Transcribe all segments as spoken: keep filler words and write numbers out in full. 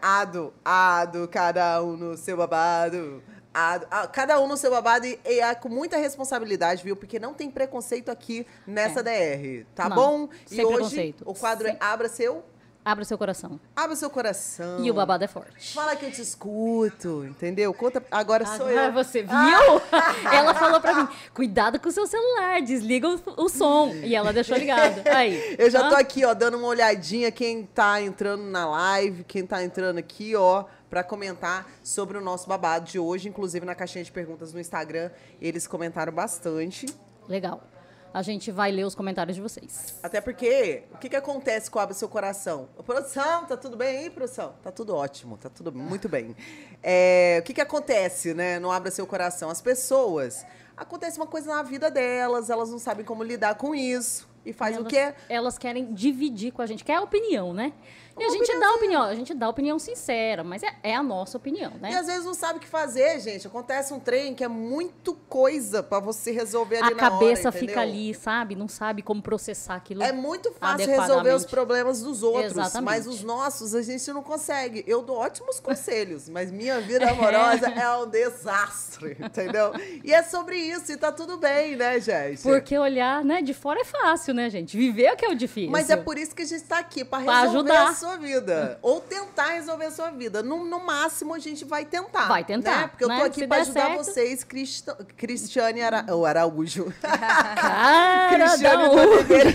Ado, ado, cada um no seu babado. Ado, ah, cada um no seu babado e, e é com muita responsabilidade, viu? Porque não tem preconceito aqui nessa É. D R, tá Não, bom? sem E hoje preconceito. o quadro é Sem- Abra Seu... Abra seu coração. Abra seu coração. E o babado é forte. Fala que eu te escuto, entendeu? Conta, agora sou Agora eu. você viu? Ela falou pra mim, cuidado com o seu celular, desliga o, o som. E ela deixou ligado. Aí. Eu já tô Hã? aqui, ó, dando uma olhadinha quem tá entrando na live, quem tá entrando aqui, ó, pra comentar sobre o nosso babado de hoje. Inclusive, na caixinha de perguntas no Instagram, eles comentaram bastante. Legal. A gente vai ler os comentários de vocês. Até porque, o que que acontece com o Abre Seu Coração? Ô, produção, tá tudo bem aí, produção? Tá tudo ótimo, tá tudo muito bem. É, o que que acontece, né, no Abra Seu Coração? As pessoas, acontece uma coisa na vida delas, elas não sabem como lidar com isso. E faz elas, o quê? Elas querem dividir com a gente, que é a opinião, né? E Uma a gente dá opiniãozinha. opinião, a gente dá opinião sincera, mas é, é a nossa opinião, né? E às vezes não sabe o que fazer, gente. Acontece um trem que é muito coisa pra você resolver ali A na cabeça hora, fica entendeu? ali, sabe? Não sabe como processar aquilo. É muito fácil adequadamente. resolver os problemas dos outros, Exatamente. mas os nossos a gente não consegue. Eu dou ótimos conselhos, mas minha vida amorosa é um desastre, entendeu? E é sobre isso, e tá tudo bem, né, gente? Porque olhar, né, de fora é fácil, né, gente? Viver é que é o difícil. Mas é por isso que a gente tá aqui, pra Pra resolver ajudar. a sua vida. Ou tentar resolver a sua vida. No, no máximo, a gente vai tentar. Vai tentar, Né? Porque eu tô né? aqui Se pra der ajudar certo. vocês, Crista... Cristiane Ara... oh, Araújo. Cara da Cristiane onde? Oliveira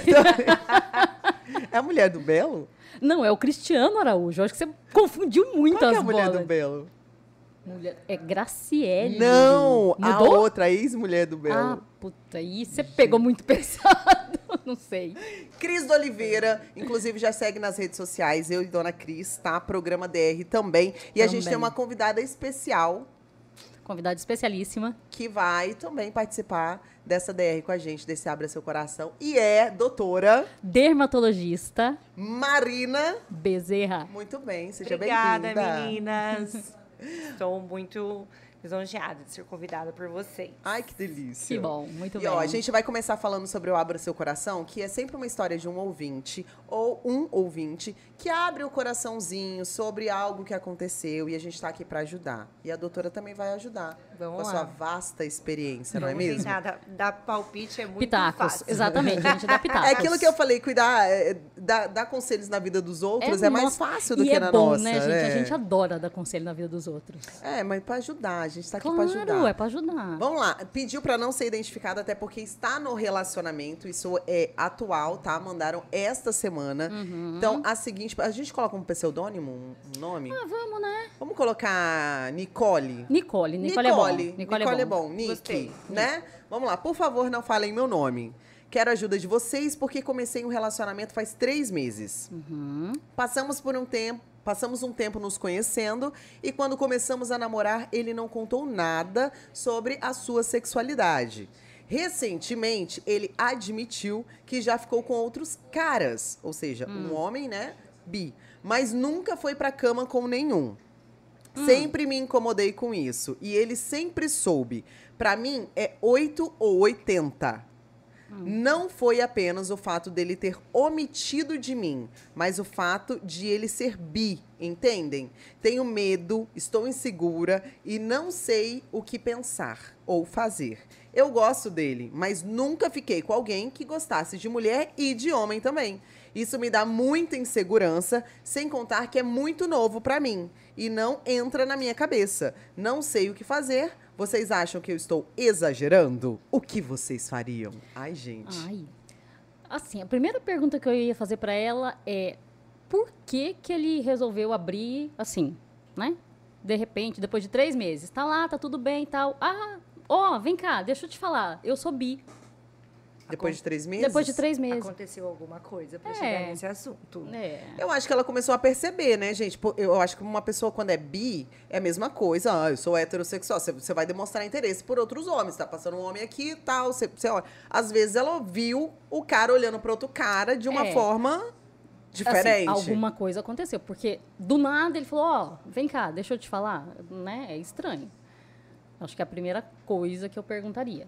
também. É a mulher do Belo? Não, é o Cristiano Araújo. Eu acho que você confundiu muito Qual que as é a mulher bolas. do Belo? Mulher- É Graciele. Não, a Mudou? outra, a ex-mulher do Ah, Belo. puta, aí você pegou muito pesado. Não sei. Cris do Oliveira, inclusive já segue nas redes sociais, eu e Dona Cris, tá? Programa D R também. E a gente Também. tem uma convidada especial Convidada especialíssima. que vai também participar dessa D R com a gente, desse Abra Seu Coração. E é doutora Dermatologista Marina. Bezerra. Muito bem, seja Obrigada, bem-vinda. meninas. Estou muito lisonjeada de ser convidada por vocês. Ai, que delícia. Que bom, muito E bem. ó, a gente vai começar falando sobre o Abra Seu Coração, que é sempre uma história de um ouvinte ou um ouvinte que abre o coraçãozinho sobre algo que aconteceu e a gente tá aqui para ajudar. E a doutora também vai ajudar Vamos com a lá. sua vasta experiência, não é Vamos mesmo? tentar dar, dar palpite é muito Pitacos. fácil. Exatamente, a gente dá pitacos. É aquilo que eu falei, cuidar, é, dar, dar conselhos na vida dos outros é, mais nossa- fácil do e que é na bom, nossa. né, gente? né? A gente adora dar conselho na vida dos outros. É, mas para ajudar, a gente tá aqui Claro, para ajudar. é pra ajudar. Vamos lá, pediu pra não ser identificado, até porque está no relacionamento, isso é atual, tá? Mandaram esta semana. Uhum. Então, a seguinte, a gente coloca um pseudônimo, um nome? Ah, vamos, né? Vamos colocar Nicole. Nicole. Nicole, é bom. Nicole, Nicole, Nicole é bom. Nick, Gostei. né? Vamos lá, por favor, não falem meu nome. Quero a ajuda de vocês, porque comecei um relacionamento faz três meses. Uhum. Passamos por um tempo, passamos um tempo nos conhecendo e quando começamos a namorar, ele não contou nada sobre a sua sexualidade. Recentemente, ele admitiu que já ficou com outros caras, ou seja, um homem, né, bi, mas nunca foi pra cama com nenhum. Sempre me incomodei com isso e ele sempre soube. Pra mim é oito ou oitenta. Não foi apenas o fato dele ter omitido de mim, mas o fato de ele ser bi, entendem? Tenho medo, estou insegura e não sei o que pensar ou fazer. Eu gosto dele, mas nunca fiquei com alguém que gostasse de mulher e de homem também. Isso me dá muita insegurança, sem contar que é muito novo pra mim e não entra na minha cabeça. Não sei o que fazer. Vocês acham que eu estou exagerando? O que vocês fariam? Ai, gente. Ai. Assim, a primeira pergunta que eu ia fazer pra ela é por que que ele resolveu abrir assim, né? De repente, depois de três meses. Tá lá, tá tudo bem e tal. Ah, ó, vem cá, deixa eu te falar. Eu sou bi. Depois de três meses? Depois de três meses. Aconteceu alguma coisa pra É. chegar nesse assunto. É. Eu acho que ela começou a perceber, né, gente? Pô, eu acho que uma pessoa, quando é bi, é a mesma coisa. Ah, eu sou heterossexual. Você- Você vai demonstrar interesse por outros homens. Tá passando um homem aqui e tal. Você, você olha. Às vezes ela viu o cara olhando para outro cara de uma É. forma diferente. Assim, alguma coisa aconteceu. Porque do nada ele falou, ó, vem cá, deixa eu te falar. Né? É estranho. Acho que é a primeira coisa que eu perguntaria.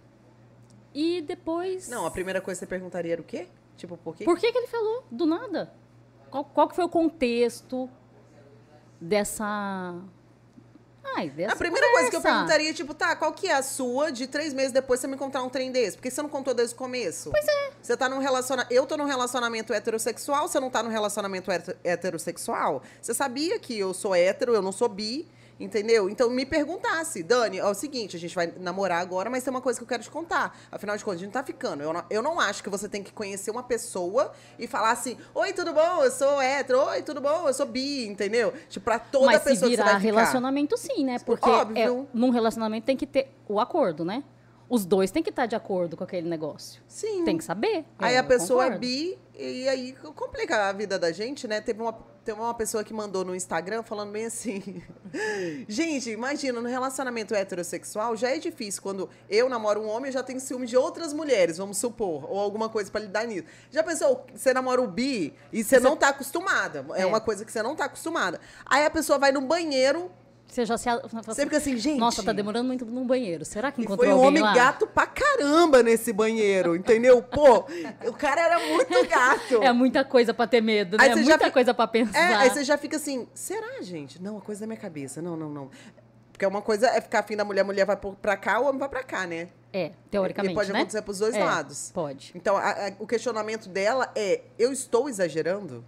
E depois... Não, a primeira coisa que você perguntaria era o quê? Tipo, por quê? Por que que ele falou do nada? Qual, qual que foi o contexto? dessa... Ai, dessa A primeira coisa que eu conversa. perguntaria, tipo, tá, qual que é a sua de três meses depois você me encontrar um trem desse? Por que você não contou desde o começo? Pois é. Você tá num relacionamento... Eu tô num relacionamento heterossexual, você não tá num relacionamento heter- heterossexual? Você sabia que eu sou hétero, eu não sou bi, entendeu? Então me perguntasse, Dani, é o seguinte, a gente vai namorar agora, mas tem uma coisa que eu quero te contar. Afinal de contas, a gente tá ficando. Eu não, eu não acho que você tem que conhecer uma pessoa e falar assim, oi, tudo bom? Eu sou hétero. Oi, tudo bom? Eu sou bi, entendeu? Tipo, pra toda Mas se pessoa que você virar vai ficar. relacionamento, sim, né? Porque Óbvio. é, num relacionamento tem que ter o acordo, né? Os dois têm que estar de acordo com aquele negócio. Sim. Tem que saber. Aí Eu a pessoa concordo. é bi e aí complica a vida da gente, né? Teve uma, teve uma pessoa que mandou no Instagram falando bem assim. Gente, imagina, no relacionamento heterossexual já é difícil. Quando eu namoro um homem, eu já tenho ciúme de outras mulheres, vamos supor, ou alguma coisa pra lidar nisso. Já pensou, você namora o bi e você não tá acostumada? É, É. uma coisa que você não tá acostumada. Aí a pessoa vai no banheiro, Você já se... você fica assim, gente... Nossa, tá demorando muito no banheiro. Será que E encontrou foi um alguém homem lá? gato pra caramba nesse banheiro, entendeu? Pô, o cara era muito gato. É muita coisa pra ter medo, né? Aí É você já muita fica- coisa pra pensar. É, aí você já fica assim, será, gente? Não, a coisa da minha cabeça. Não, não, não. Porque uma coisa é ficar afim da mulher, a mulher vai pro- pra cá, o homem vai pra cá, né? É, teoricamente, E pode né? acontecer pros dois É, lados. Pode. Então, a- a- o questionamento dela é, eu estou exagerando?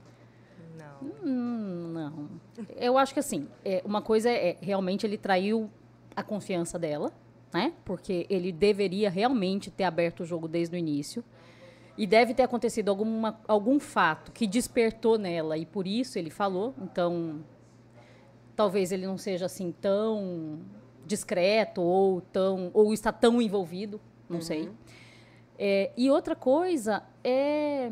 Não. Hum, não. Eu acho que assim, é, uma coisa é, realmente ele traiu a confiança dela, né? Porque ele deveria realmente ter aberto o jogo desde o início. E deve ter acontecido alguma, algum fato que despertou nela e por isso ele falou. Então, talvez ele não seja assim tão discreto ou tão ou está tão envolvido, não sei. É, e outra coisa é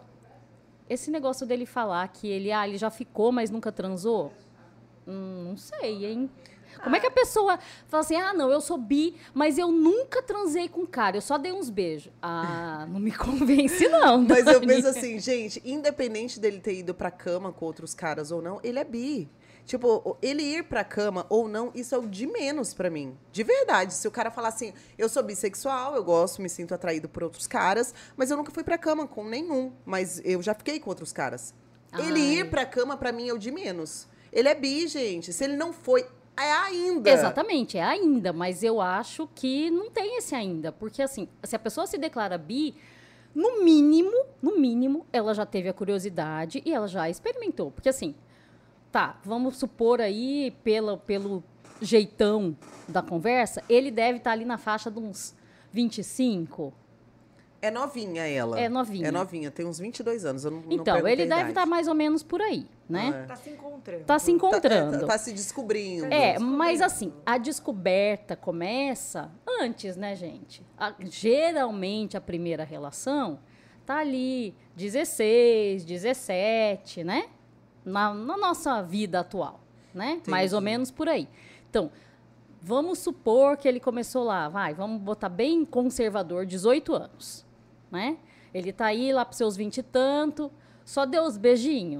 esse negócio dele falar que ele, ah, ele já ficou, mas nunca transou. Hum, não sei, hein? Como é que a pessoa fala assim, ah, não, eu sou bi, mas eu nunca transei com cara, eu só dei uns beijos. Ah, não me convence não, Mas eu Dani. penso assim, gente, independente dele ter ido pra cama com outros caras ou não, ele é bi. Tipo, ele ir pra cama ou não, isso é o de menos pra mim. De verdade. Se o cara falar assim, eu sou bissexual, eu gosto, me sinto atraído por outros caras, mas eu nunca fui pra cama com nenhum. Mas eu já fiquei com outros caras. Ele Ai. ir pra cama, pra mim, é o de menos. Ele é bi, gente. Se ele não foi, é ainda. Exatamente, é ainda, mas eu acho que não tem esse ainda. Porque, assim, se a pessoa se declara bi, no mínimo, no mínimo, ela já teve a curiosidade e ela já experimentou. Porque, assim, tá, vamos supor aí, pela, pelo jeitão da conversa, ele deve estar ali na faixa de uns vinte e cinco. É novinha ela. É novinha. É novinha, tem uns vinte e dois anos. Eu não, não Então, perguntei ele a deve idade. estar mais ou menos por aí, né? É. Tá se encontrando. Tá se Tá, encontrando. tá- tá se descobrindo. É, mas assim, a descoberta começa antes, né, gente? A- geralmente a primeira relação tá ali dezesseis, dezessete, né? Na, na nossa vida atual, né? Mais ou menos por aí. Então, vamos supor que ele começou lá, vai, vamos botar bem conservador, dezoito anos, né? Ele tá aí lá pros seus vinte e tanto, só deu os beijinhos.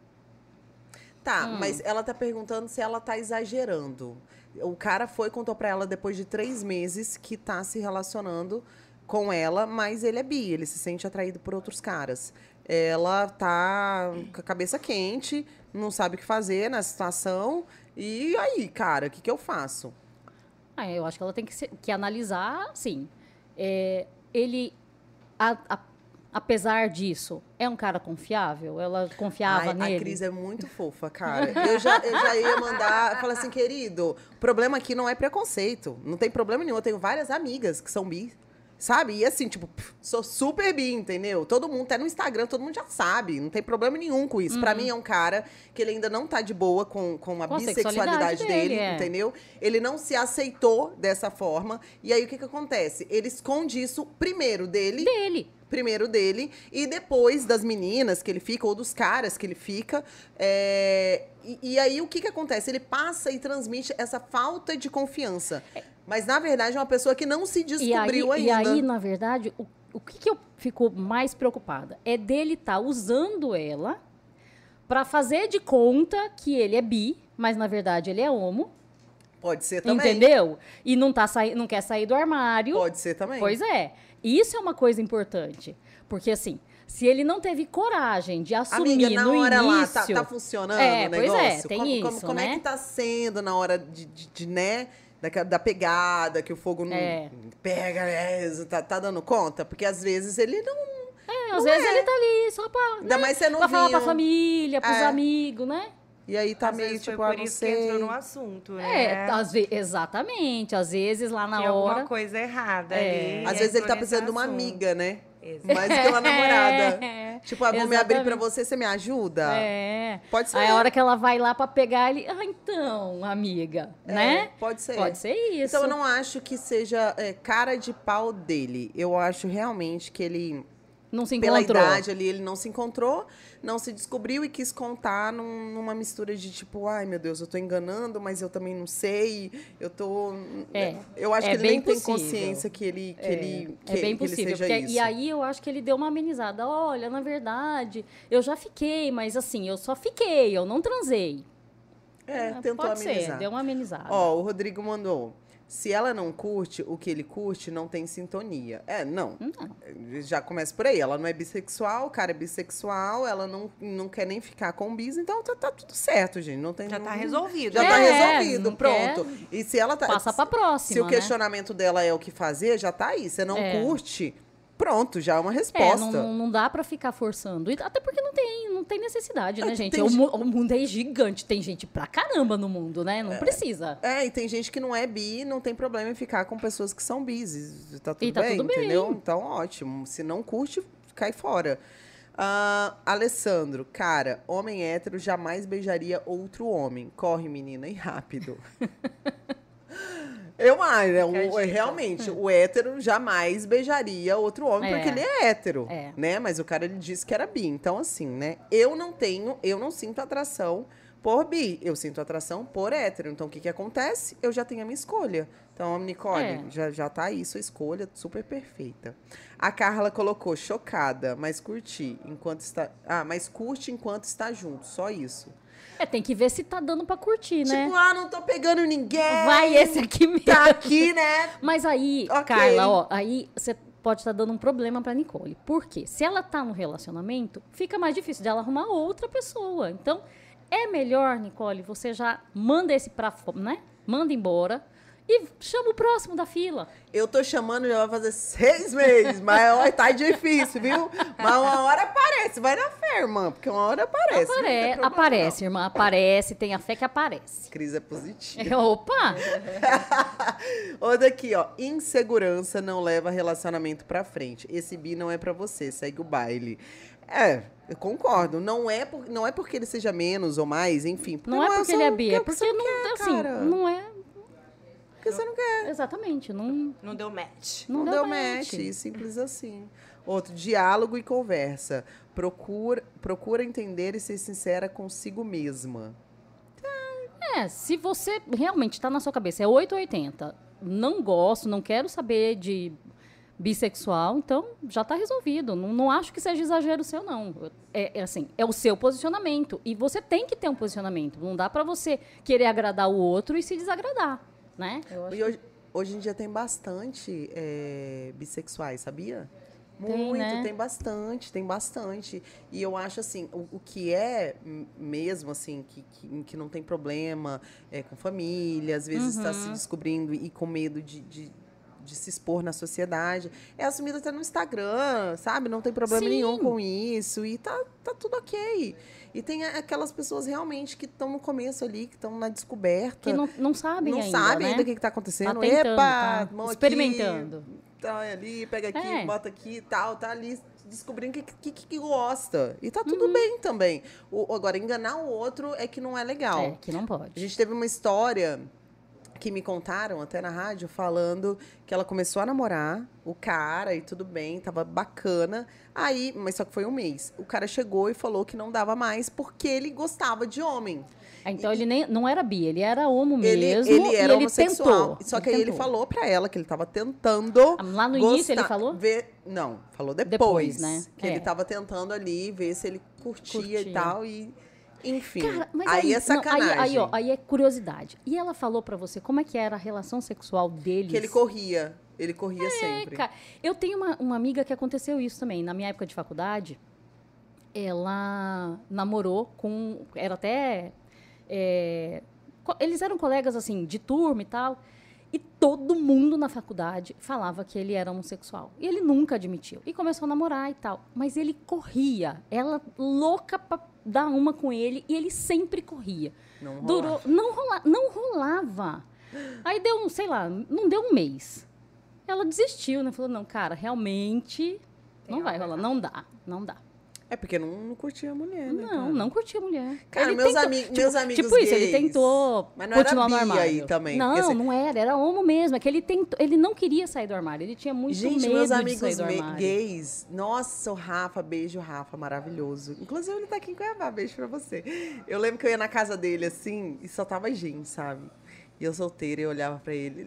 Tá, Hum. mas ela tá perguntando se ela tá exagerando. O cara foi e contou pra ela depois de três meses que tá se relacionando com ela, mas ele é bi, ele se sente atraído por outros caras. Ela tá com a cabeça quente, não sabe o que fazer na situação. E aí, cara, o que, que eu faço? Ah, eu acho que ela tem que, se- que analisar, sim. É, ele, a- a- apesar disso, é um cara confiável? Ela confiava Ai, nele? a Cris é muito fofa, cara. Eu já, eu já ia mandar, falar assim, querido, o problema aqui não é preconceito. Não tem problema nenhum. Eu tenho várias amigas que são bi, sabe? E assim, tipo, pff, sou super bi, entendeu? Todo mundo, até no Instagram, todo mundo já sabe. Não tem problema nenhum com isso. Pra mim, é um cara que ele ainda não tá de boa com, com a Com a bissexualidade sexualidade dele, dele, é. entendeu? Ele não se aceitou dessa forma. E aí, o que que acontece? Ele esconde isso primeiro dele. Dele. Primeiro dele, e depois das meninas que ele fica, ou dos caras que ele fica. é, E, e aí, o que que acontece? Ele passa e transmite essa falta de confiança. Mas, na verdade, é uma pessoa que não se E aí, descobriu e ainda. aí, na verdade, o, o que, que eu fico mais preocupada? É dele estar usando ela pra fazer de conta que ele é bi, mas, na verdade, ele é homo. Pode ser também. Entendeu? E não, tá sai, não quer sair do armário. Pode ser também. Pois é. E isso é uma coisa importante. Porque, assim, Se ele não teve coragem de assumir Amiga, na no hora início... lá, tá, tá funcionando É, o pois negócio? é, tem como, isso, como, como né? é que tá sendo na hora de, de, de, né, da, da pegada, que o fogo não É. pega, é, tá, tá dando conta? Porque às vezes ele não... É, às Não vezes é. ele tá ali só pra, Ainda né, mais sendo pra falar novinho. pra família, pros É. amigos, né? E aí tá Às meio vezes tipo, foi ah, por não isso que sei. entrou no assunto, É, né? às ve- exatamente. Às vezes lá na Tinha hora... alguma coisa errada É. ali. Às e vezes ele tá entrou nesse precisando de uma assunto. amiga, né? Exato. Mais do que uma namorada. É. Tipo, ah, vou me abrir pra Exatamente. você, você me ajuda? É. Pode ser. Aí a hora que ela vai lá pra pegar ele, ah, então, amiga, É, né? pode ser. Pode ser isso. Então eu não acho que seja é, cara de pau dele. Eu acho realmente que ele, Não se pela encontrou. idade ali, ele não se encontrou, não se descobriu e quis contar num- numa mistura de tipo, ai meu Deus, eu tô enganando, mas eu também não sei. Eu tô. É, Eu acho é que ele bem nem tem possível. consciência que ele, que ele, que, É bem que ele possível. seja porque- isso. e aí eu acho que ele deu uma amenizada. Olha, na verdade, eu já fiquei, mas assim, eu só fiquei, eu não transei. É, Ah, tentou Pode amenizar. ser, deu uma amenizada. Ó, o Rodrigo mandou. Se ela não curte o que ele curte, não tem sintonia. É, não. Não. Já começa por aí. Ela não é bissexual, o cara é bissexual, ela não, não quer nem ficar com bis, então tá, tá tudo certo, gente. Não tem, Já não- tá resolvido. Já É, tá resolvido, não pronto. E se ela tá. Passa pra próxima, Se o né? questionamento dela é o que fazer, já tá aí. Você não É. curte, pronto, já é uma É, resposta. não, não, não dá pra ficar forçando. E até porque não tem, não tem necessidade, É, né, gente? tem O, ge- mu- o mundo é gigante, tem gente pra caramba no mundo, né? Não precisa. É, e tem gente que não é bi, não tem problema em ficar com pessoas que são bis. E tá tudo E tá bem, tudo bem. entendeu? Então, ótimo. Se não curte, cai fora. Ah, Alessandro, cara, homem hétero jamais beijaria outro homem. Corre, menina, e rápido. Eu acho, né? O- dica. realmente, o hétero jamais beijaria outro homem, É. porque ele é hétero, É. né? Mas o cara, ele disse que era bi. Então, assim, né? Eu não tenho, eu não sinto atração por bi. Eu sinto atração por hétero. Então, o que que acontece? Eu já tenho a minha escolha. Então, Nicole, É. já, já tá aí sua escolha, super perfeita. A Carla colocou, chocada, mas curti enquanto está... Ah, mas curte enquanto está junto, só isso. É, tem que ver se tá dando pra curtir, né? Tipo, ah, não tô pegando ninguém. Vai esse aqui mesmo. Tá aqui, né? Mas aí, Ok. Carla, ó, aí você pode estar dando um problema pra Nicole. Por quê? Se ela tá no relacionamento, fica mais difícil dela arrumar outra pessoa. Então, é melhor, Nicole, você já manda esse pra fora, né? Manda embora e chama o próximo da fila. Eu tô chamando, já vai fazer seis meses, mas ó, tá difícil, viu? Mas uma hora aparece, vai na fé, irmã, porque uma hora aparece. não tem Apare- problema, aparece, irmã, aparece, tenha fé que aparece. não. Crise é positiva. É, Opa! Outra aqui, ó. Insegurança não leva relacionamento pra frente. Esse bi não é pra você, segue o baile. É, eu concordo. Não é, por, não é porque ele seja menos ou mais, enfim. Não é porque só ele é o bi, que é você porque não, quer, assim, cara. não é. Porque você não quer. Exatamente, não, Não deu match. não, Não, deu match. Simples assim. Outro, diálogo e conversa. Procura, procura entender e ser sincera consigo mesma. É, se você realmente tá na sua cabeça, é oito ou oitenta, não gosto, não quero saber de bissexual, então já tá resolvido. Não, não acho que seja exagero seu, não. É, é assim, é o seu posicionamento. E você tem que ter um posicionamento. Não dá pra você querer agradar o outro e se desagradar, né? Eu acho E hoje, hoje em dia tem bastante é, bissexuais, sabia? Tem, Muito, né? tem bastante, tem bastante. E eu acho assim, o, o que é m- mesmo, assim, que, que, que não tem problema é, com família, às vezes está Uhum. se descobrindo e com medo de, de, de se expor na sociedade, é assumido até no Instagram, sabe? Não tem problema Sim. nenhum com isso e tá, tá tudo ok. E tem a- aquelas pessoas realmente que estão no começo ali, que estão na descoberta. que não, não sabem não ainda, sabem né? ainda o que está acontecendo. Tá tentando, Epa, tá mão aqui, experimentando. tá ali, pega aqui, É. bota aqui e tal, tá ali descobrindo o que, que, que gosta. E tá Uhum. tudo bem também. O, agora, enganar o outro é que não é legal. É, que não A pode. gente teve uma história que me contaram até na rádio, falando que ela começou a namorar o cara e tudo bem, tava bacana. Aí, mas só que foi um mês. O cara chegou e falou que não dava mais porque ele gostava de homem. Então ele nem, não era bi, ele era homo Ele, mesmo. ele era e ele homossexual. tentou. Só que aí ele tentou. falou pra ela que ele tava tentando. Lá no início ele falou? Ver, não, falou depois. Depois, né? Que É. ele tava tentando ali ver se ele curtia, Curtia. e tal. E, enfim. Cara, mas aí, aí, é não, sacanagem. aí, aí, ó, aí é curiosidade. E ela falou pra você como é que era a relação sexual deles? Que ele corria. Ele corria sempre. Cara, eu tenho uma, uma amiga que aconteceu isso também. Na minha época de faculdade, ela namorou com... Era até... É, eles eram colegas, assim, de turma e tal. E todo mundo na faculdade falava que ele era homossexual. E ele nunca admitiu. E começou a namorar e tal. Mas ele corria. Ela louca pra dar uma com ele. E ele sempre corria. Não rolava. Durou, não, rola, não rolava. Aí deu um, sei lá, não deu um mês. Ela desistiu, né? Falou, não, cara, realmente não vai rolar. Não dá, não dá. É porque não, não curtia a mulher, né? Não, cara? não curtia a mulher. Cara, Ele meus, tentou- ami tipo, meus amigos Tipo isso, gays, ele tentou mas não continuar era no bi armário. aí também. Não, porque assim- não era, era homo mesmo. É que ele tentou, ele não queria sair do armário. Ele tinha muito Gente, medo meus de amigos sair do me- armário. gays, nossa, o Rafa, beijo, Rafa, maravilhoso. Inclusive, ele tá aqui em Cuiabá, beijo pra você. Eu lembro que eu ia na casa dele, assim, e só tava gente, sabe? E eu solteira, e eu olhava pra ele,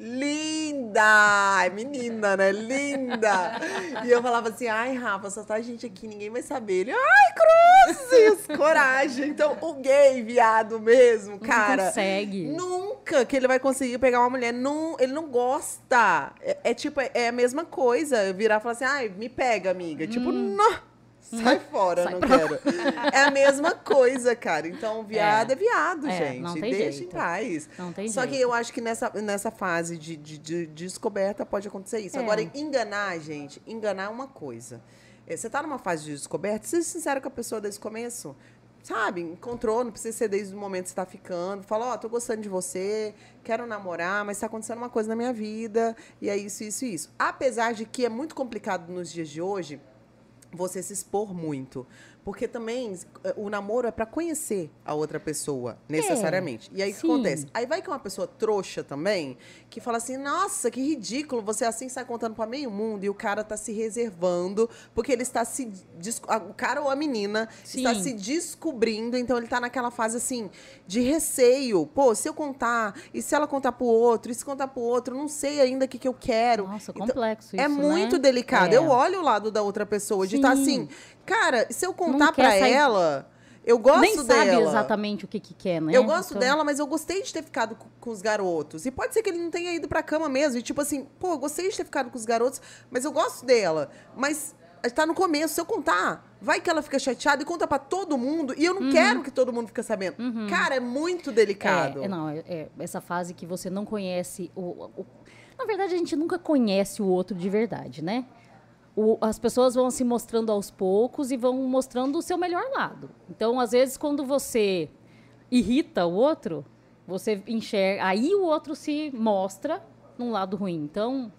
linda! É menina, né? Linda! E eu falava assim, ai, Rafa, só tá gente aqui, ninguém vai saber. Ele, ai, cruzes, coragem. Então, o gay, viado mesmo, cara... Não consegue. Nunca que ele vai conseguir pegar uma mulher. Não, ele não gosta. É, é tipo, é, é a mesma coisa. Virar e falar assim, ai, me pega, amiga. Tipo, não. Sai fora, Sai não pra quero. É a mesma coisa, cara. Então, viado é, é viado, É, gente. não tem Deixa jeito. em paz. Não tem Só jeito. que eu acho que nessa, nessa fase de, de, de descoberta pode acontecer isso. É. Agora, enganar, gente, enganar é uma coisa. É, você tá numa fase de descoberta, seja sincero com a pessoa desde o começo. Sabe, encontrou, não precisa ser desde o momento que você tá ficando. Fala, ó, oh, tô gostando de você, quero namorar, mas tá acontecendo uma coisa na minha vida, e é isso, isso e isso. Apesar de que é muito complicado nos dias de hoje você se expor muito. Porque também o namoro é pra conhecer a outra pessoa, necessariamente. É, e aí o que sim. acontece? Aí vai que é uma pessoa trouxa também, que fala assim, nossa, que ridículo, você assim sai contando pra meio mundo e o cara tá se reservando, porque ele está se... O cara ou a menina Sim. está se descobrindo, então ele tá naquela fase assim, de receio. Pô, se eu contar, e se ela contar pro outro, e se contar pro outro, não sei ainda o que, que eu quero. Nossa, Então, complexo isso, é muito né? delicado. É. Eu olho o lado da outra pessoa, de estar Sim. assim, cara, se eu contar Não pra quer sair- ela, eu gosto Nem dela. sabe exatamente o que que quer, né? Eu gosto Então, dela, mas eu gostei de ter ficado com, com os garotos. E pode ser que ele não tenha ido pra cama mesmo. E tipo assim, pô, eu gostei de ter ficado com os garotos, mas eu gosto dela. Mas tá no começo, se eu contar, vai que ela fica chateada e conta pra todo mundo. E eu não quero que todo mundo fique sabendo. Cara, é muito delicado. É, é, não, é, é essa fase que você não conhece o, o... Na verdade, a gente nunca conhece o outro de verdade, né? O, as pessoas vão se mostrando aos poucos e vão mostrando o seu melhor lado. Então, às vezes, quando você irrita o outro, você enxerga... Aí o outro se mostra num lado ruim. Então,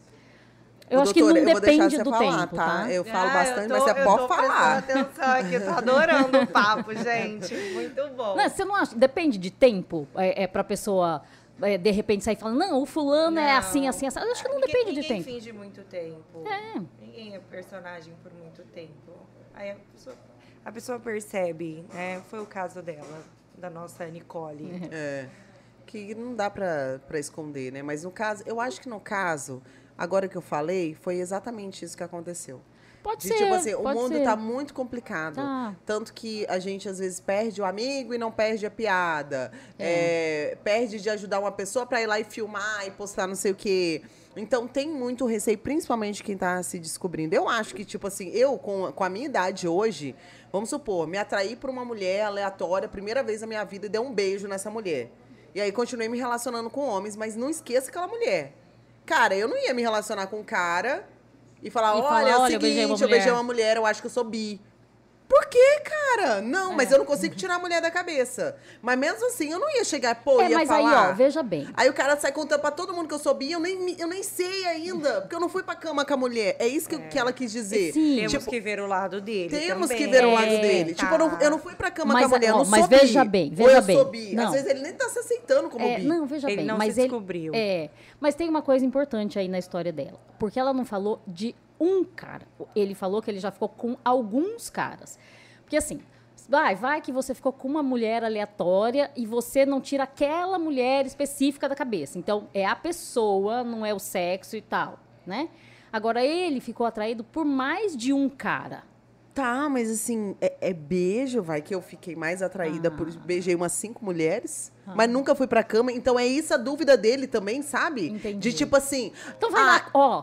eu Ô, acho doutora, que não eu vou deixar depende você do falar, tempo, tá? Eu falo Ah, bastante, eu tô- mas você eu pode tô falar. prestando atenção aqui, tô adorando o papo, gente. Muito bom. Não, você não acha? Depende de tempo é, é pra pessoa... É, de repente sair falando, não, o fulano é Não. assim, assim, assim. Eu acho que não Ninguém- depende de ninguém tempo. finge muito tempo. É. Ninguém é personagem por muito tempo. Aí a pessoa, a pessoa percebe, né? Foi o caso dela, da nossa Nicole. É, que não dá pra, pra esconder, né? Mas no caso, eu acho que no caso, agora que eu falei, foi exatamente isso que aconteceu. Pode De, ser, tipo assim, o pode mundo ser. tá muito complicado. Tá. Tanto que a gente, às vezes, perde o amigo e não perde a piada. É. É, perde de ajudar uma pessoa pra ir lá e filmar e postar não sei o quê. Então, tem muito receio, principalmente quem tá se descobrindo. Eu acho que, tipo assim, eu, com, com a minha idade hoje, vamos supor, me atraí por uma mulher aleatória, primeira vez na minha vida, e dei um beijo nessa mulher. E aí, continuei me relacionando com homens, mas não esqueça aquela mulher. Cara, eu não ia me relacionar com um cara... E falar, E olha, falar, é o olha, eu beijei seguinte, uma eu beijei mulher." uma mulher, eu acho que eu sou bi. Por quê, cara? Não, mas eu não consigo tirar a mulher da cabeça. Mas mesmo assim, eu não ia chegar, pô, É, ia mas falar. aí, ó, veja bem. Aí o cara sai contando pra todo mundo que eu sou bi, eu nem, me- eu nem sei ainda, porque eu não fui pra cama com a mulher. É isso que, que ela quis dizer. Sim. Temos Tipo, que ver o lado dele temos também. que ver o lado É, dele. tá. Tipo, eu não, eu não fui pra cama Mas, com a mulher, eu ó, não mas sou bi. veja bem, Ou veja eu bem. sou bi. Não. Às vezes ele nem tá se aceitando como É, bi. não, veja Ele bem. não mas se ele, descobriu. É, mas tem uma coisa importante aí na história dela. Porque ela não falou de um cara. Ele falou que ele já ficou com alguns caras. Porque assim, vai, vai que você ficou com uma mulher aleatória e você não tira aquela mulher específica da cabeça. Então, é a pessoa, não é o sexo e tal, né? Agora, ele ficou atraído por mais de um cara. Tá, mas assim, é, é beijo, vai, que eu fiquei mais atraída Ah. por... Beijei umas cinco mulheres, mas nunca fui pra cama. Então é isso a dúvida dele também, sabe? Entendi. De tipo assim... Então vai ah, lá, ó,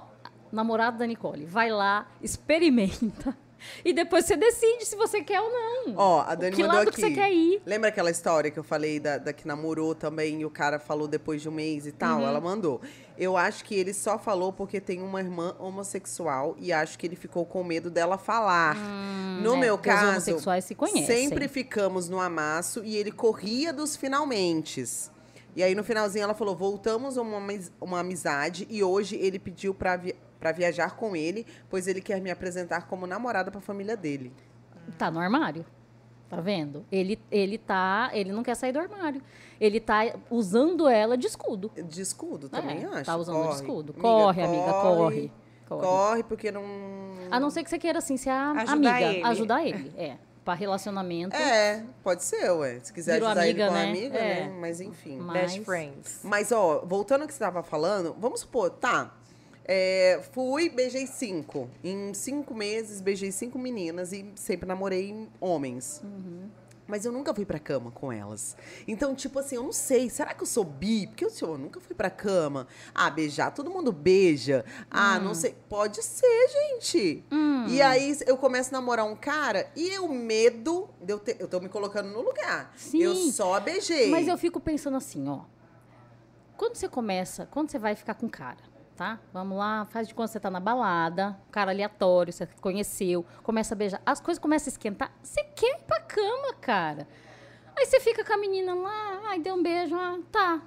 namorado da Nicole. Vai lá, experimenta. E depois você decide se você quer ou não. Ó, a Dani que mandou lado aqui. que você quer ir? Lembra aquela história que eu falei da, da que namorou também e o cara falou depois de um mês e tal? Uhum. Ela mandou. Eu acho que ele só falou porque tem uma irmã homossexual e acho que ele ficou com medo dela falar. Hum, no é, meu porque os caso, homossexuais se conhecem. sempre ficamos no amasso e ele corria dos finalmentes. E aí, no finalzinho, ela falou, voltamos a uma, amiz- uma amizade e hoje ele pediu pra, vi- pra viajar com ele, pois ele quer me apresentar como namorada pra família dele. Tá no armário. Tá vendo? Ele, ele tá. Ele não quer sair do armário. Ele tá usando ela de escudo. De escudo, também É, acho. tá usando Corre. de escudo. Corre, amiga, corre. Corre. Corre, porque não... A não ser que você queira, assim, ser a Ajudar amiga. ele. Ajudar ele. É. Pra relacionamento. É, pode ser, ué. Se quiser Virou ajudar amiga, ele com a né? amiga, É. né? Mas enfim. Mas- Best friends. Mas, ó, voltando ao que você tava falando, vamos supor, tá. é, fui, beijei cinco. Em cinco meses, beijei cinco meninas e sempre namorei homens. Uhum. Mas eu nunca fui pra cama com elas. Então, tipo assim, eu não sei. Será que eu sou bi? Porque eu, tipo, eu nunca fui pra cama. Ah, beijar, todo mundo beija. Ah, Hum. não sei. Pode ser, gente. E aí eu começo a namorar um cara e o medo de eu ter. Eu tô me colocando no lugar. Sim. Eu só beijei. Mas eu fico pensando assim, ó. Quando você começa, quando você vai ficar com o cara, tá? Vamos lá, faz de conta que você tá na balada, um cara aleatório, você conheceu, começa a beijar, as coisas começam a esquentar, você quer ir pra cama, cara. Aí você fica com a menina lá, ai, deu um beijo, ah, tá.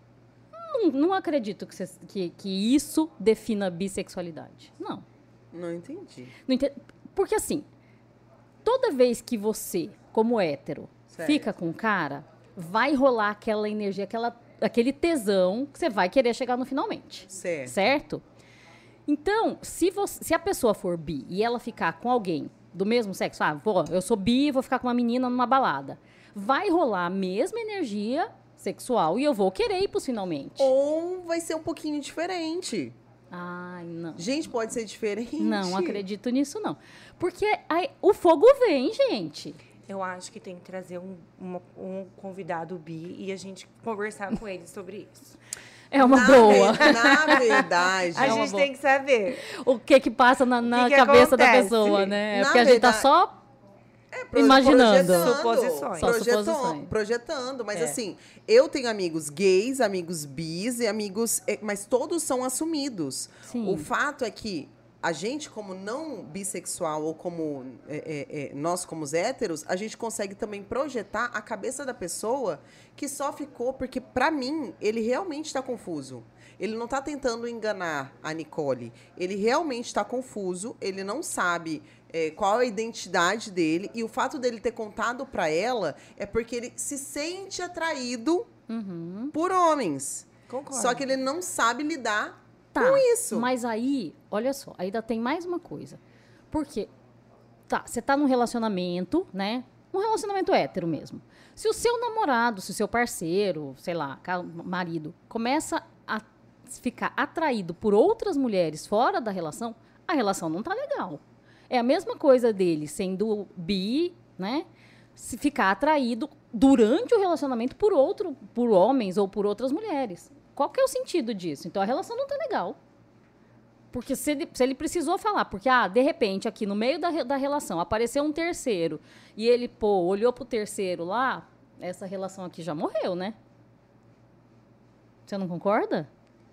Não, não acredito que, você- que, que isso defina bissexualidade. Não. Não entendi. Não ente- Porque assim, toda vez que você, como hétero, Certo. fica com um cara, vai rolar aquela energia, aquela, aquele tesão que você vai querer chegar no finalmente. Certo. Certo? Então, se, você, se a pessoa for bi e ela ficar com alguém do mesmo sexo, ah, vou, eu sou bi e vou ficar com uma menina numa balada, vai rolar a mesma energia sexual e eu vou querer ir pros finalmente. Ou vai ser um pouquinho diferente. Ai, não. Gente, pode ser diferente. Não acredito nisso, não. Porque aí, o fogo vem, gente. Eu acho que tem que trazer um, uma- um convidado bi e a gente conversar com ele sobre isso. É uma na boa. ve- Na verdade. A É uma gente boa. tem que saber. O que que passa na, na que que cabeça da acontece? pessoa, né? É Na porque a gente tá verdade- só Pro- imaginando. projetando, Suposições. Só projetam- suposições. Projetando, mas É. assim, eu tenho amigos gays, amigos bis e amigos, eh, mas todos são assumidos. Sim. O fato é que a gente, como não bissexual ou como é, é, é, nós como os héteros, a gente consegue também projetar a cabeça da pessoa que só ficou porque, pra mim, ele realmente está confuso. Ele não está tentando enganar a Nicole. Ele realmente está confuso. Ele não sabe é, qual é a identidade dele. E o fato dele ter contado pra ela é porque ele se sente atraído Uhum. por homens. Concordo. Só que ele não sabe lidar Tá, com isso. mas aí, olha só, ainda tem mais uma coisa. Porque, tá, você tá num relacionamento, né? Um relacionamento hétero mesmo. Se o seu namorado, se o seu parceiro, sei lá, ca- marido, começa a ficar atraído por outras mulheres fora da relação, a relação não tá legal. É a mesma coisa dele sendo bi, né? Se ficar atraído durante o relacionamento por outro, por homens ou por outras mulheres. Qual que é o sentido disso? Então a relação não tá legal. Porque se ele, se ele precisou falar, porque, ah, de repente, aqui no meio da, re- da relação apareceu um terceiro e ele, pô, olhou pro terceiro lá, essa relação aqui já morreu, né? Você não concorda?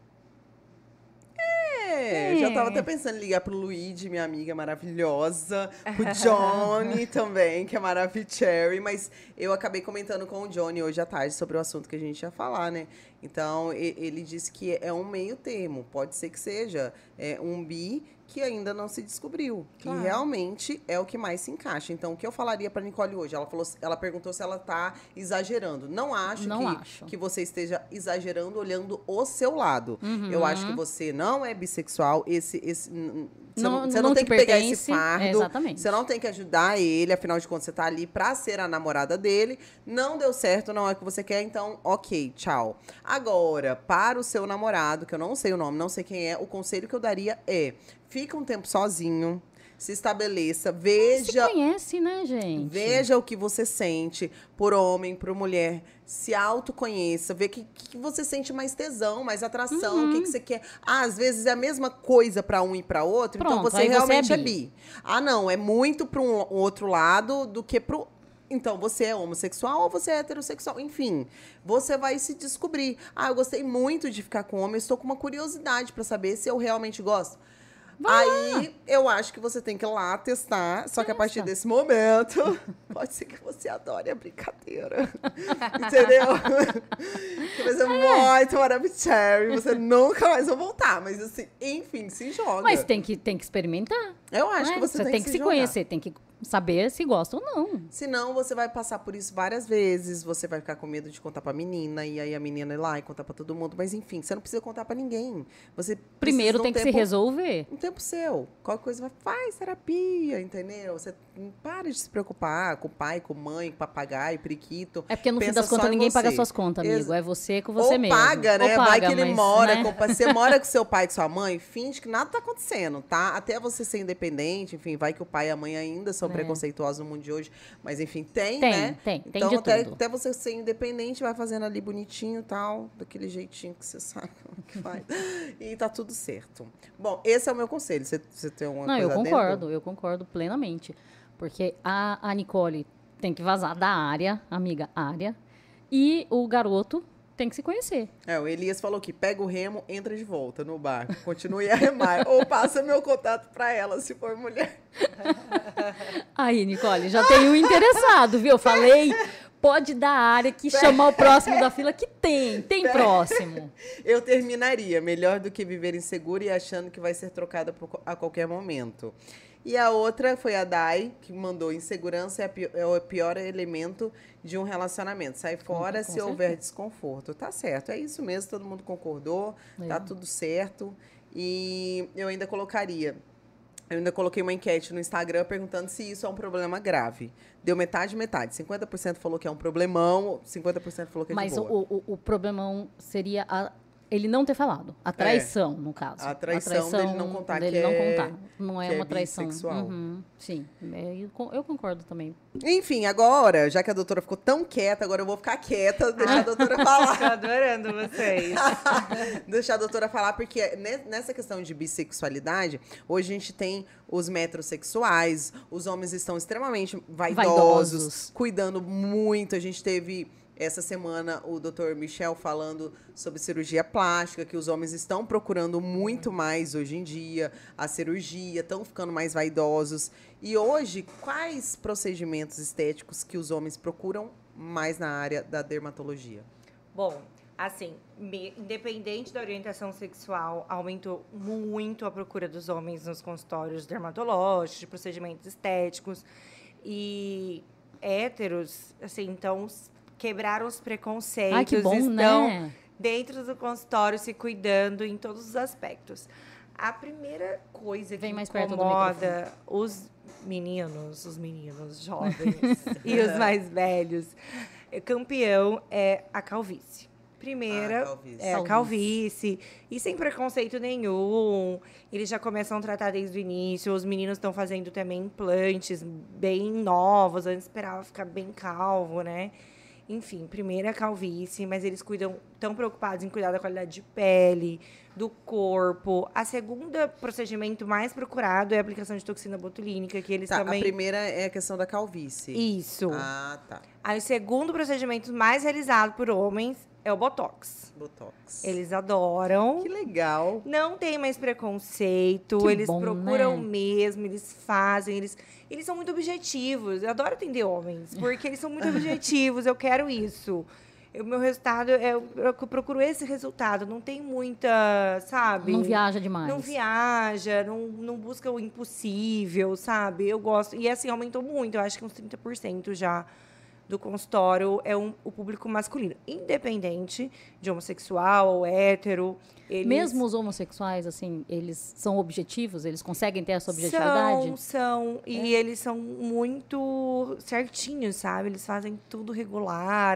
É, eu já tava até pensando em ligar pro Luigi, minha amiga maravilhosa, pro Johnny também, que é maravilhoso, mas eu acabei comentando com o Johnny hoje à tarde sobre o assunto que a gente ia falar, né? Então, e- ele disse que é um meio termo, pode ser que seja é, um bi que ainda não se descobriu. Claro. E realmente é o que mais se encaixa. Então, o que eu falaria pra Nicole hoje? Ela, falou, ela perguntou se ela tá exagerando. Não acho, Não que, acho. que você esteja exagerando olhando o seu lado. Uhum. Eu acho que você não é bissexual. Esse, esse, n- você Não- não, você não não tem te que pegar esse pertence. fardo. É, exatamente. Você não tem que ajudar ele. Afinal de contas, você tá ali pra ser a namorada dele. Não deu certo, não é o que você quer. Então, ok, tchau. Agora, para o seu namorado, que eu não sei o nome, não sei quem é, o conselho que eu daria é... Fica um tempo sozinho. se estabeleça, Se veja, conhece, né, gente? veja o que você sente por homem, por mulher, se autoconheça, vê o que, que você sente mais tesão, mais atração, o que, que você quer. Ah, às vezes é a mesma coisa para um e para outro, então Pronto, você aí você realmente é é bi. bi. Ah, não, é muito para um outro lado do que pro. Então, você é homossexual ou você é heterossexual? Enfim, você vai se descobrir. Ah, eu gostei muito de ficar com homem, estou com uma curiosidade para saber se eu realmente gosto. Aí, eu acho que você tem que ir lá testar, só que a partir Testa. desse momento, pode ser que você adore a brincadeira. Entendeu? Que vai ser muito maravilhoso, você nunca mais vai voltar. Mas, assim, enfim, se joga. Mas tem que, tem que experimentar. Eu acho né? que você, tem que se jogar. conhecer, tem que saber se gosta ou não. Senão, você vai passar por isso várias vezes, você vai ficar com medo de contar pra menina, e aí a menina ir lá e contar pra todo mundo. Mas, enfim, você não precisa contar pra ninguém. Você Primeiro precisa tem de um que se tempo- resolver. Um tempo seu. Qualquer coisa, vai, faz terapia, entendeu? Você não para de se preocupar com o pai, com a mãe, com o papagaio, periquito. É porque no fim Pensa das só contas em ninguém paga você. suas contas, amigo. Ex- É você com você Ou mesmo. paga, né? Ou Vai paga, que ele mas, mora, né? com, você mora com seu pai e com sua mãe, finge que nada tá acontecendo, tá? Até você ser independente, enfim, vai que o pai e a mãe ainda são É. preconceituosos no mundo de hoje, mas enfim, tem, Tem, né? tem, tem então, de até, tudo. até você ser independente, vai fazendo ali bonitinho e tal, daquele jeitinho que você sabe que faz. E tá tudo certo. Bom, esse é o meu conselho. Você, você tem uma Não, coisa eu adendo? concordo, eu concordo plenamente. Porque a, a Nicole tem que vazar da área, amiga, área, e o garoto tem que se conhecer. É, o Elias falou que pega o remo, entra de volta no barco, continue a remar. Ou passa meu contato pra ela, se for mulher. Aí, Nicole, já tem um interessado, viu? Eu falei, pode dar área que chamar o próximo da fila que tem, tem próximo. Eu terminaria, melhor do que viver insegura e achando que vai ser trocada por- a qualquer momento. E a outra foi a Dai, que mandou: insegurança é, a pi- é o pior elemento de um relacionamento. Sai fora com se houver certeza. desconforto. Tá certo, é isso mesmo, todo mundo concordou, É. tá tudo certo. E eu ainda colocaria, eu ainda coloquei uma enquete no Instagram perguntando se isso é um problema grave. Deu metade, metade. cinquenta por cento falou que é um problemão, cinquenta por cento falou que é Mas de o, boa. o, o problemão seria a- ele não ter falado. A traição, no caso. A traição dele não contar dele que não é- contar. Não é que é uma traição. bissexual. Uhum, sim, é, eu, con- eu concordo também. Enfim, agora, já que a doutora ficou tão quieta, agora eu vou ficar quieta, deixar a doutora Tô falar. adorando vocês. Deixar a doutora falar, porque ne- nessa questão de bissexualidade, hoje a gente tem os metrosexuais, os homens estão extremamente vaidosos, Vaidosos. cuidando muito. A gente teve essa semana o doutor Michel falando sobre cirurgia plástica, que os homens estão procurando muito mais hoje em dia a cirurgia, estão ficando mais vaidosos. E hoje, quais procedimentos estéticos que os homens procuram mais na área da dermatologia? Bom, assim, me- independente da orientação sexual, aumentou muito a procura dos homens nos consultórios dermatológicos, de procedimentos estéticos. E héteros, assim, então, s- quebraram os preconceitos. Ai, que bom, estão né? dentro do consultório se cuidando em todos os aspectos. A primeira coisa que Vem mais perto do incomoda os meninos, os meninos jovens e os mais velhos, é, campeão é a calvície. Primeira Ah, calvície. é a calvície, e sem preconceito nenhum. Eles já começam a tratar desde o início. Os meninos estão fazendo também implantes bem novos, antes esperava ficar bem calvo, né? Enfim, primeiro é a calvície, mas eles cuidam, tão preocupados em cuidar da qualidade de pele, do corpo. A segunda procedimento mais procurado é a aplicação de toxina botulínica, que eles Tá, também... a primeira é a questão da calvície. Isso. Ah, tá. Aí o segundo procedimento mais realizado por homens é o Botox. Botox. Eles adoram. Que legal. Não tem mais preconceito, Que eles bom, procuram né? mesmo, eles fazem, eles, eles são muito objetivos. Eu adoro atender homens, porque eles são muito objetivos, eu quero isso. O meu resultado, é, eu procuro esse resultado, não tem muita, sabe? Não viaja demais. Não viaja, não, não busca o impossível, sabe? Eu gosto. E assim, aumentou muito, eu acho que uns trinta por cento já do consultório é um, o público masculino. Independente de homossexual ou hétero. Eles Mesmo os homossexuais, assim, eles são objetivos? Eles conseguem ter essa objetividade? São, são. E eles são muito certinhos, sabe? Eles fazem tudo regular.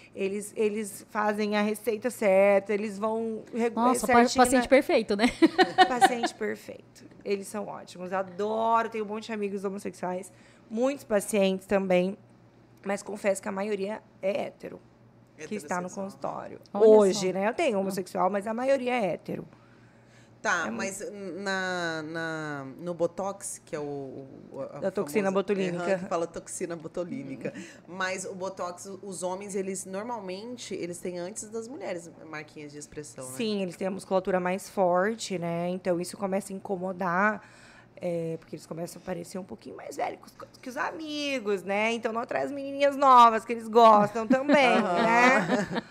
Eles, eles fazem a receita certa, eles vão... Nossa, pa- certinho paciente na- perfeito, né? Paciente perfeito. Eles são ótimos. Adoro, tenho um monte de amigos homossexuais. Muitos pacientes também. Mas confesso que a maioria é hétero. Que está no Heterossexual. consultório. Olha Hoje, só. né? Eu tenho homossexual, mas a maioria é hétero. Tá, É mas na, na, no Botox, que é o... o a Da toxina famosa- botulínica. Aham, que fala toxina botulínica. Mas o Botox, os homens, eles normalmente, eles têm antes das mulheres marquinhas de expressão, né? Sim, eles têm a musculatura mais forte, né? Então, isso começa a incomodar, é, porque eles começam a parecer um pouquinho mais velhos que os, que os amigos, né? Então, não traz menininhas novas, que eles gostam também, né?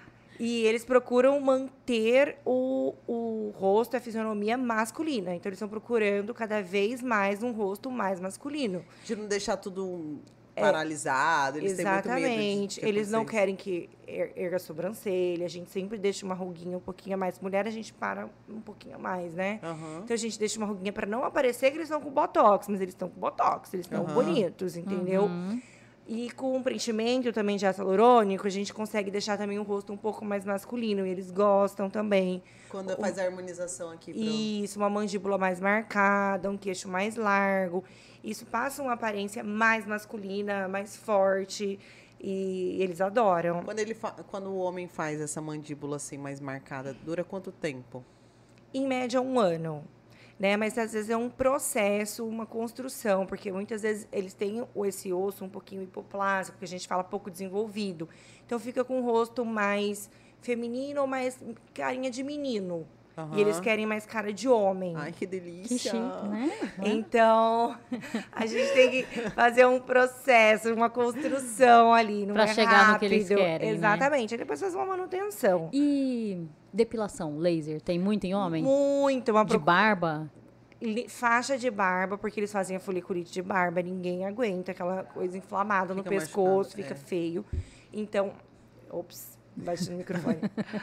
E eles procuram manter o, o rosto, a fisionomia masculina. Então, eles estão procurando cada vez mais um rosto mais masculino. De não deixar tudo paralisado, eles têm muito medo de- Exatamente. de Eles não acontecer querem que er- erga a sobrancelha. A gente sempre deixa uma ruguinha um pouquinho a mais. Mulher, a gente para um pouquinho a mais, né? isso. Aham. Então, a gente deixa uma ruguinha para não aparecer que eles estão com botox. Mas eles estão com botox. Eles estão Aham. bonitos, entendeu? Uhum. E com o preenchimento também de ácido hialurônico, a gente consegue deixar também o rosto um pouco mais masculino. E eles gostam também. Quando faz a harmonização aqui pro... Isso, uma mandíbula mais marcada, um queixo mais largo. Isso passa uma aparência mais masculina, mais forte. E eles adoram. Quando, ele fa- Quando o homem faz essa mandíbula assim mais marcada, dura quanto tempo? Em média, um ano. Né? Mas às vezes é um processo, uma construção, porque muitas vezes eles têm o- esse osso um pouquinho hipoplásico, que a gente fala pouco desenvolvido. Então fica com o rosto mais feminino ou mais carinha de menino. Aham. E eles querem mais cara de homem. Ai, que delícia. Que chique, né? Então, a gente tem que fazer um processo, uma construção ali. Não Pra é chegar no que eles rápido. querem, né? Exatamente. Aí depois fazer uma manutenção. E depilação, laser, tem muito em homem? Muito. Uma De pro- barba? li- faixa de barba, porque eles fazem a foliculite de barba. Ninguém aguenta aquela coisa inflamada no Fica pescoço, machucado, fica é. feio. Então, ops, baixo no microfone.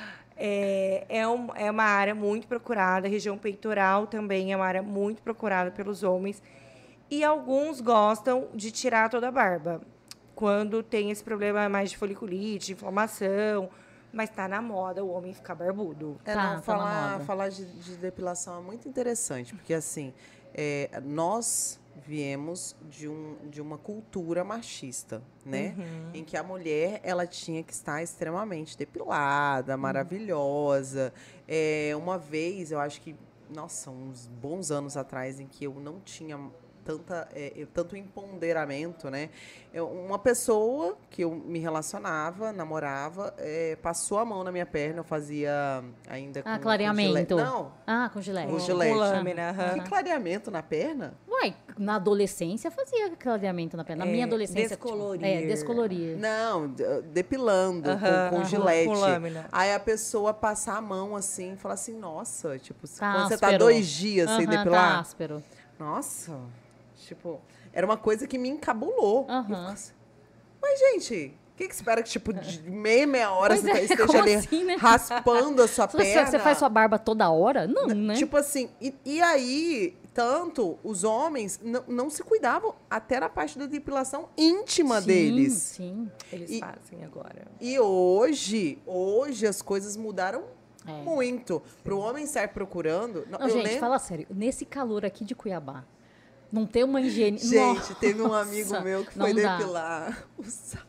É, é, um- é uma área muito procurada. A região peitoral também é uma área muito procurada pelos homens. E alguns gostam de tirar toda a barba. Quando tem esse problema mais de foliculite, inflamação. Mas tá na moda o homem ficar barbudo. É, Tá, não, tá na falar, moda. falar de, de depilação é muito interessante, porque assim, é, nós viemos de, um, de uma cultura machista, né? Uhum. Em que a mulher, ela tinha que estar extremamente depilada, maravilhosa. É, uma vez, eu acho que, nossa, uns bons anos atrás, em que eu não tinha tanta, é, eu- tanto empoderamento, né? Eu- uma pessoa que eu me relacionava, namorava, é, passou a mão na minha perna, eu fazia ainda com, Ah, com clareamento. gilete. Não, Ah, com gilete. Com Com gilete. lâmina. aham. que clareamento na perna? Uai, na adolescência fazia clareamento na perna. Na É, minha adolescência... descolorir. É, descolorir. Não, d- depilando Aham, com, com aham, gilete. com lâmina. Aí a pessoa passar a mão assim e falar assim, nossa, tipo, Tá quando você tá áspero. dois dias sem Aham, tá depilar. áspero. Nossa, tipo, era uma coisa que me encabulou. Aham. Eu ficava assim, mas, gente, o que, que espera que, tipo, de meia, meia hora Pois você é, tá- esteja como ali assim, né? raspando a sua Você, perna? você faz sua barba toda hora? Não, né? Tipo assim, e, e aí, tanto os homens não, não se cuidavam até na parte da depilação íntima Sim, deles. Sim, Eles E- fazem agora. E hoje, hoje as coisas mudaram É. muito. Pro homem estar procurando. Não, eu gente, lembro- fala sério. Nesse calor aqui de Cuiabá, não ter uma higiene... Gente, teve um amigo Nossa, meu que não foi dá. depilar o saco.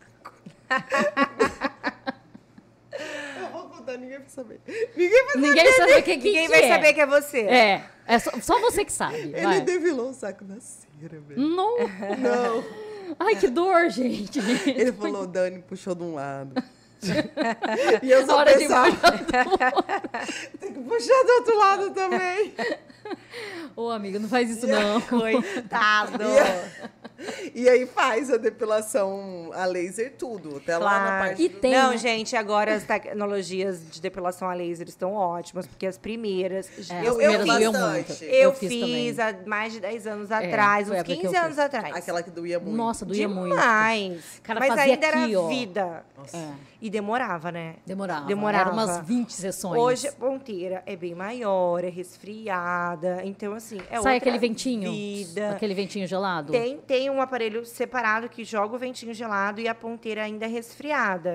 Eu vou contar, ninguém vai saber. Ninguém vai Ninguém sabe o que, que Ninguém que vai é. saber que é você. É, é só, só você que sabe. Ele vai. depilou o saco na cera, velho. Não. Não. Ai, que dor, gente. Ele falou, Dani puxou de um lado. E eu Na só hora de pensava, puxar tem que puxar do outro lado também. Ô, amigo, não faz isso não. Coitado. E aí faz a depilação a laser, tudo. Até lá na Claro. parte E do- tem, Não, né? gente, agora as tecnologias de depilação a laser estão ótimas, porque as primeiras. É, Eu- as eu primeiras fiz doeu bastante. muito. Eu, fiz, fiz também. há mais de dez anos É, atrás, foi a uns época que eu quinze anos fiz. atrás. Aquela que doía muito. Nossa, doía muito. Demais. Cara, Mas fazia ainda aqui, era ó. vida. É, E demorava, né? demorava. Demorava. Era umas vinte sessões. Hoje a ponteira é bem maior, é resfriada. Então, assim, é Sai outra aquele ventinho. vida. Aquele ventinho gelado. Tem, tem um aparelho separado que joga o ventinho gelado e a ponteira ainda é resfriada.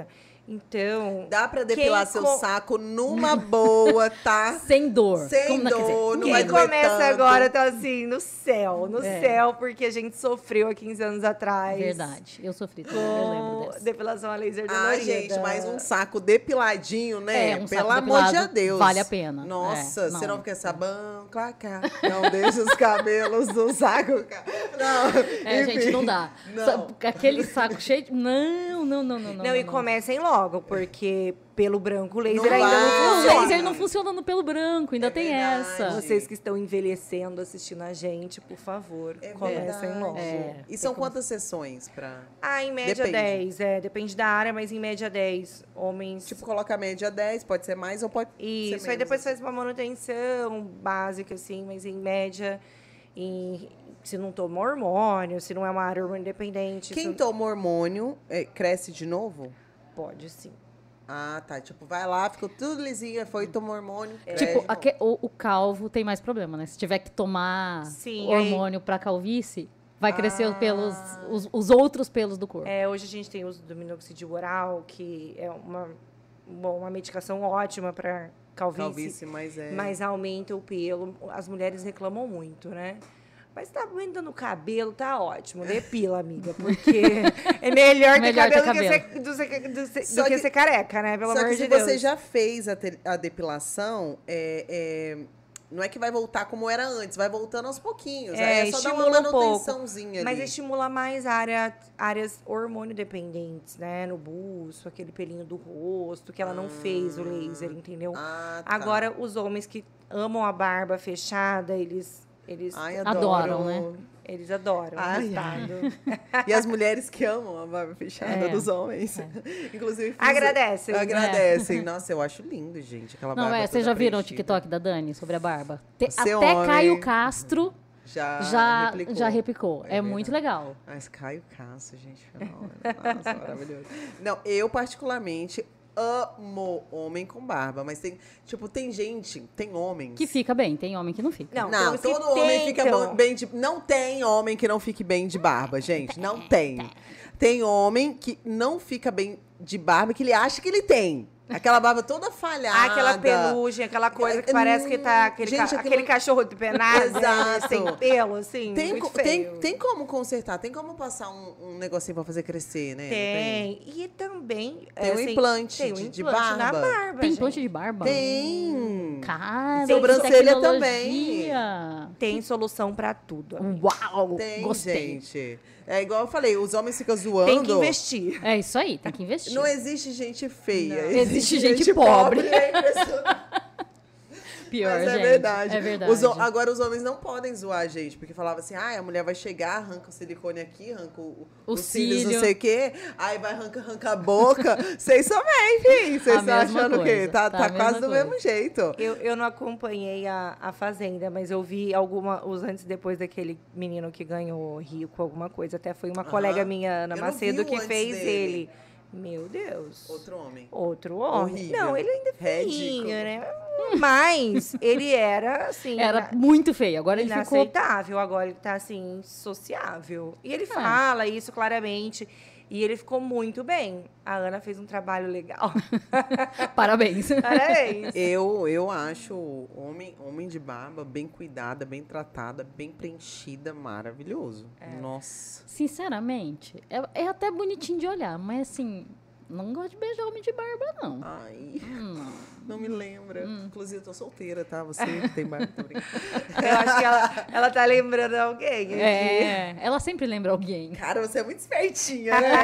Então... Dá pra depilar quem seu co- saco numa boa, tá? Sem dor. Sem Como- quer dizer, dor, não Quem vai doer começa tanto. agora tá assim, no céu, no É. céu, porque a gente sofreu há quinze anos atrás. Verdade. Eu sofri também, eu lembro Com dessa. depilação a laser Ah, dolorida. gente, mas um saco depiladinho, né? É, um saco Pelo amor de depilado Deus. vale a pena. Nossa, É, você não. não quer sabão, clacar. Não deixa os cabelos do saco. ca- Não, É, enfim. gente, não dá. Não. Sa- Aquele saco cheio de... Não, não, não, não. Não, não e não. comecem logo, porque pelo branco o laser Não ainda vai. não O funciona. laser não funciona no pelo branco, ainda É tem verdade. essa. Vocês que estão envelhecendo assistindo a gente, por favor, É comecem verdade. logo. É. E são quantas sessões pra... Ah, em média Depende. dez, é. Depende da área, mas em média dez. Homens. Tipo, coloca a média dez, pode ser mais ou pode ser Isso, menos. aí depois faz uma manutenção básica, assim, mas em média, em- se não toma hormônio, se não é uma área hormônio independente. Quem isso toma hormônio, é, cresce de novo? pode, sim. Ah, tá. Tipo, vai lá, ficou tudo lisinho, foi tomar hormônio. É. cresce Tipo, de novo. aque- o, o calvo tem mais problema, né? Se tiver que tomar Sim, hormônio pra calvície, vai crescer os Ah. pelos, os, os outros pelos do corpo. É, hoje a gente tem o uso do minoxidil oral, que é uma, bom, uma medicação ótima para calvície, Calvície, mas é... mas aumenta o pelo. As mulheres reclamam muito, né? Mas tá aumentando o cabelo, tá ótimo. Depila, amiga, porque é melhor ter Melhor ter cabelo, do que cabelo. ser, do, ser- do ser- Só do que que- ser careca, né? Pelo Só amor que de se Deus. você já fez a, te- a depilação, é, é, não é que vai voltar como era antes, vai voltando aos pouquinhos. É, Aí é só dar uma estimula um pouco. manutençãozinha Mas ali. estimula mais a área, áreas hormônio dependentes, né? No buço, aquele pelinho do rosto, que ela não fez o laser, entendeu? Ah, tá. Agora, os homens que amam a barba fechada, eles, eles, Ai, Adoram, né? eles adoram o Ai, resultado. E as mulheres que amam a barba fechada É, dos homens. Inclusive. fiz- Agradecem. Agradecem. Nossa, eu acho lindo, gente. Aquela Não, barba é, toda vocês já viram o preenchida. TikTok da Dani sobre a barba? Te- Você até homem. Caio Castro Já, já, replicou. já replicou. É, É muito verdade. legal. Mas Caio Castro, gente, fenômeno. Nossa, maravilhoso. Não, eu particularmente amo homem com barba, mas tem, tipo, tem gente, tem homens. Que fica bem, tem homem que não fica. Não, Não, temos que todo homem fica tentam. bom- bem de. Não tem homem que não fique bem de barba, gente. Não tem. Tem homem que não fica bem de barba, que ele acha que ele tem. Aquela barba toda falhada. Ah, aquela pelugem, aquela coisa que parece que tá aquele, Gente, ca- aquilo- aquele cachorro de penado, Exato. sem pelo, assim, Tem, muito co- tem, feio. tem como consertar, tem como passar um, um negocinho pra fazer crescer, né? Não Tem. E também... Tem um assim, implante tem um de- de implante na barba. barba, Tem gente. implante de barba? Tem. Cara, Sobrancelha que tecnologia. Tem solução pra tudo. amiga. Uau, Tem, gostei. gente. É igual eu falei, os homens ficam zoando. Tem que investir. É isso aí, tem que investir. Não existe gente feia. Não. Existe gente pobre. É impressionante. Pior, Mas é gente. verdade. É verdade. Os ho- agora os homens não podem zoar a gente, porque falava assim, ah, a mulher vai chegar, arranca o silicone aqui, arranca o, O os cílios, cílio. não sei o quê, aí vai arranca, arranca a boca. Vocês também, filho. Vocês A estão mesma achando o quê? coisa, Tá, tá tá a quase mesma do coisa. mesmo jeito. Eu, eu não acompanhei a, a Fazenda, mas eu vi alguma, os antes e depois daquele menino que ganhou rico, alguma coisa. Até foi uma Aham. colega minha, Ana Eu não Macedo, vi o que antes fez dele. ele. Meu Deus. Outro homem. Outro homem. Horrível. Não, ele ainda é Ridículo. feinho, né? Mas ele era, assim... Era ina- muito feio. Agora ele ficou. inaceitável. Agora ele tá, assim, sociável. E ele fala isso claramente. E ele ficou muito bem. A Ana fez um trabalho legal. Parabéns. Parabéns. Eu, eu acho homem, homem de barba bem cuidada, bem tratada, bem preenchida, maravilhoso. Nossa. Sinceramente, é, é até bonitinho de olhar, mas assim, não gosto de beijar homem de barba, não. Ai, Hum. não me lembra. Inclusive, eu tô solteira, tá? Você que tem barba, tô brincando. Eu acho que ela, ela tá lembrando alguém aqui. É, ela sempre lembra alguém. Cara, você é muito espertinha, né?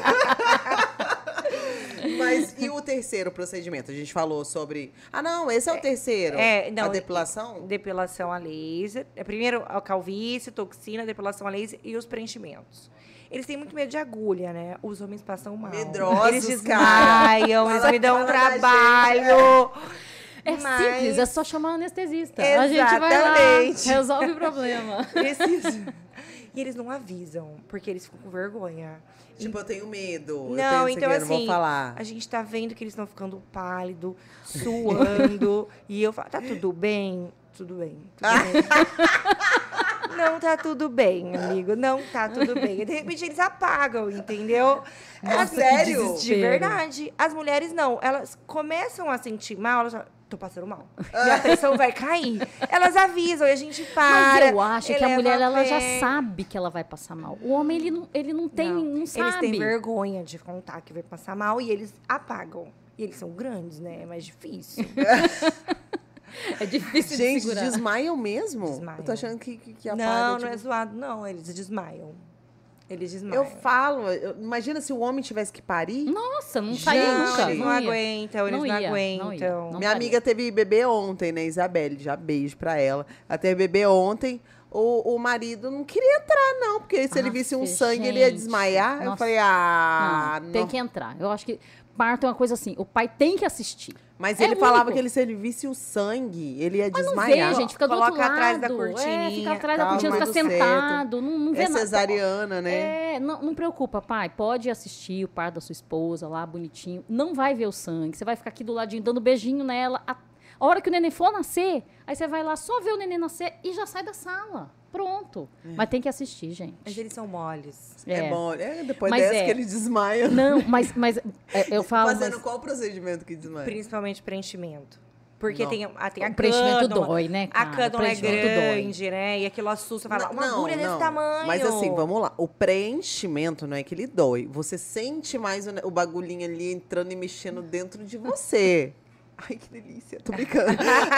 Mas e o terceiro procedimento? A gente falou sobre... Ah, não, esse é o terceiro. é, não, a depilação? Depilação a laser. É, primeiro a calvície, toxina, depilação a laser e os preenchimentos. Eles têm muito medo de agulha, né? Os homens passam mal. Medrosos, eles cara. desmaiam, eles Fala- me dão um fala da trabalho. É Mas- simples, é só chamar o anestesista. A gente vai lá, Exatamente. resolve o problema. Precisa. E eles não avisam, porque eles ficam com vergonha. Tipo, eu tenho medo. eu Não, tenho então eu não vou assim, falar. a gente tá vendo que eles estão ficando pálido, suando. E eu falo, tá tudo bem? Tudo bem. Tudo bem. Não tá tudo bem, amigo. Não tá tudo bem. E, de repente, eles apagam, entendeu? Nossa, As- que sério? De verdade. As mulheres, não. Elas começam a sentir mal, elas falam, tô passando mal. Minha pressão vai cair. Elas avisam e a gente para. Mas eu acho que a eleva mulher, ela pé. já sabe que ela vai passar mal. O homem, ele não, ele não tem, não, Não, sabe. Eles têm vergonha de contar que vai passar mal e eles apagam. E eles são grandes, né? É mais difícil. É difícil de Gente, segurar. desmaiam mesmo? Desmaiam. Eu tô achando que, que, que apaga, Não, tipo... não é zoado, não. Eles desmaiam. Eles desmaiam. Eu falo, eu- imagina se o homem tivesse que parir. Nossa, não Gente, saía Não, nunca. eles não, não ia. aguentam, eles Não não, ia, aguentam. não ia, não. Minha faria. amiga teve bebê ontem, né, Isabelle? Já beijo pra ela. Ela teve bebê ontem. O, o marido não queria entrar, não, porque se ele Aff, visse um sangue, ele ia gente. desmaiar. Eu Nossa. falei, ah, Não, não. tem que entrar. Eu acho que parto é uma coisa assim, o pai tem que assistir. Mas É ele falava único. que ele, se ele visse o sangue, ele ia Mas não desmaiar. vê, gente, fica do Coloca outro lado. atrás da É, cortininha, fica atrás da tal, cortina, fica mais do sentado, não, não vê É nada. cesariana, né? É, não, não preocupa, pai. Pode assistir o parto da sua esposa lá, bonitinho. Não vai ver o sangue. Você vai ficar aqui do ladinho, dando beijinho nela. A, a hora que o neném for nascer, aí você vai lá só ver o neném nascer e já sai da sala. Pronto. Mas tem que assistir, gente. Mas eles são moles. É, É. bom. É, depois Mas dessa é. que ele desmaia. Não, mas, mas é, eu falo... Fazendo mas qual procedimento que desmaia? Principalmente preenchimento. Porque Não. tem, a- tem a o preenchimento cânula. dói, né, A cara? O cânula é preenchimento dói. grande, né? E aquilo assusta. Fala, Não, uma agulha desse não. tamanho. Mas assim, vamos lá. O preenchimento não é que ele dói. Você sente mais o, ne- o bagulhinho ali entrando e mexendo dentro de você. Ai, que delícia. Tô brincando.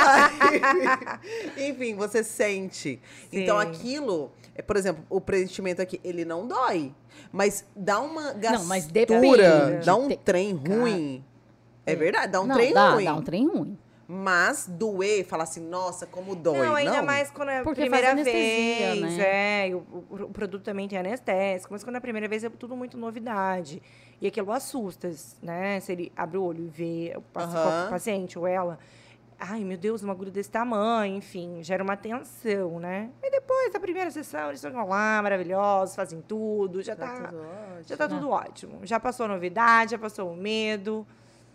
Aí, enfim, você sente. Então, Sim. aquilo... É, por exemplo, o preenchimento aqui, ele não dói. Mas dá uma gastura, Não, mas depende. dá um Tem- trem ruim. É verdade, dá um não, trem dá, ruim. dá um trem ruim. Mas doer, falar assim, nossa, como dói. Não, ainda mais quando é a Porque primeira faz anestesia, vez. né? É, e o, o- o produto também tem anestésico. Mas quando é a primeira vez é tudo muito novidade. E aquilo assusta, né? Se ele abre o olho e vê o paci- Aham. o paciente ou ela. Ai, meu Deus, uma agulha desse tamanho. Enfim, gera uma tensão, né? E depois da primeira sessão, eles estão lá, maravilhosos, fazem tudo. Já tá, Tá tudo ótimo. já tá tudo ótimo. Já passou a novidade, já passou o medo.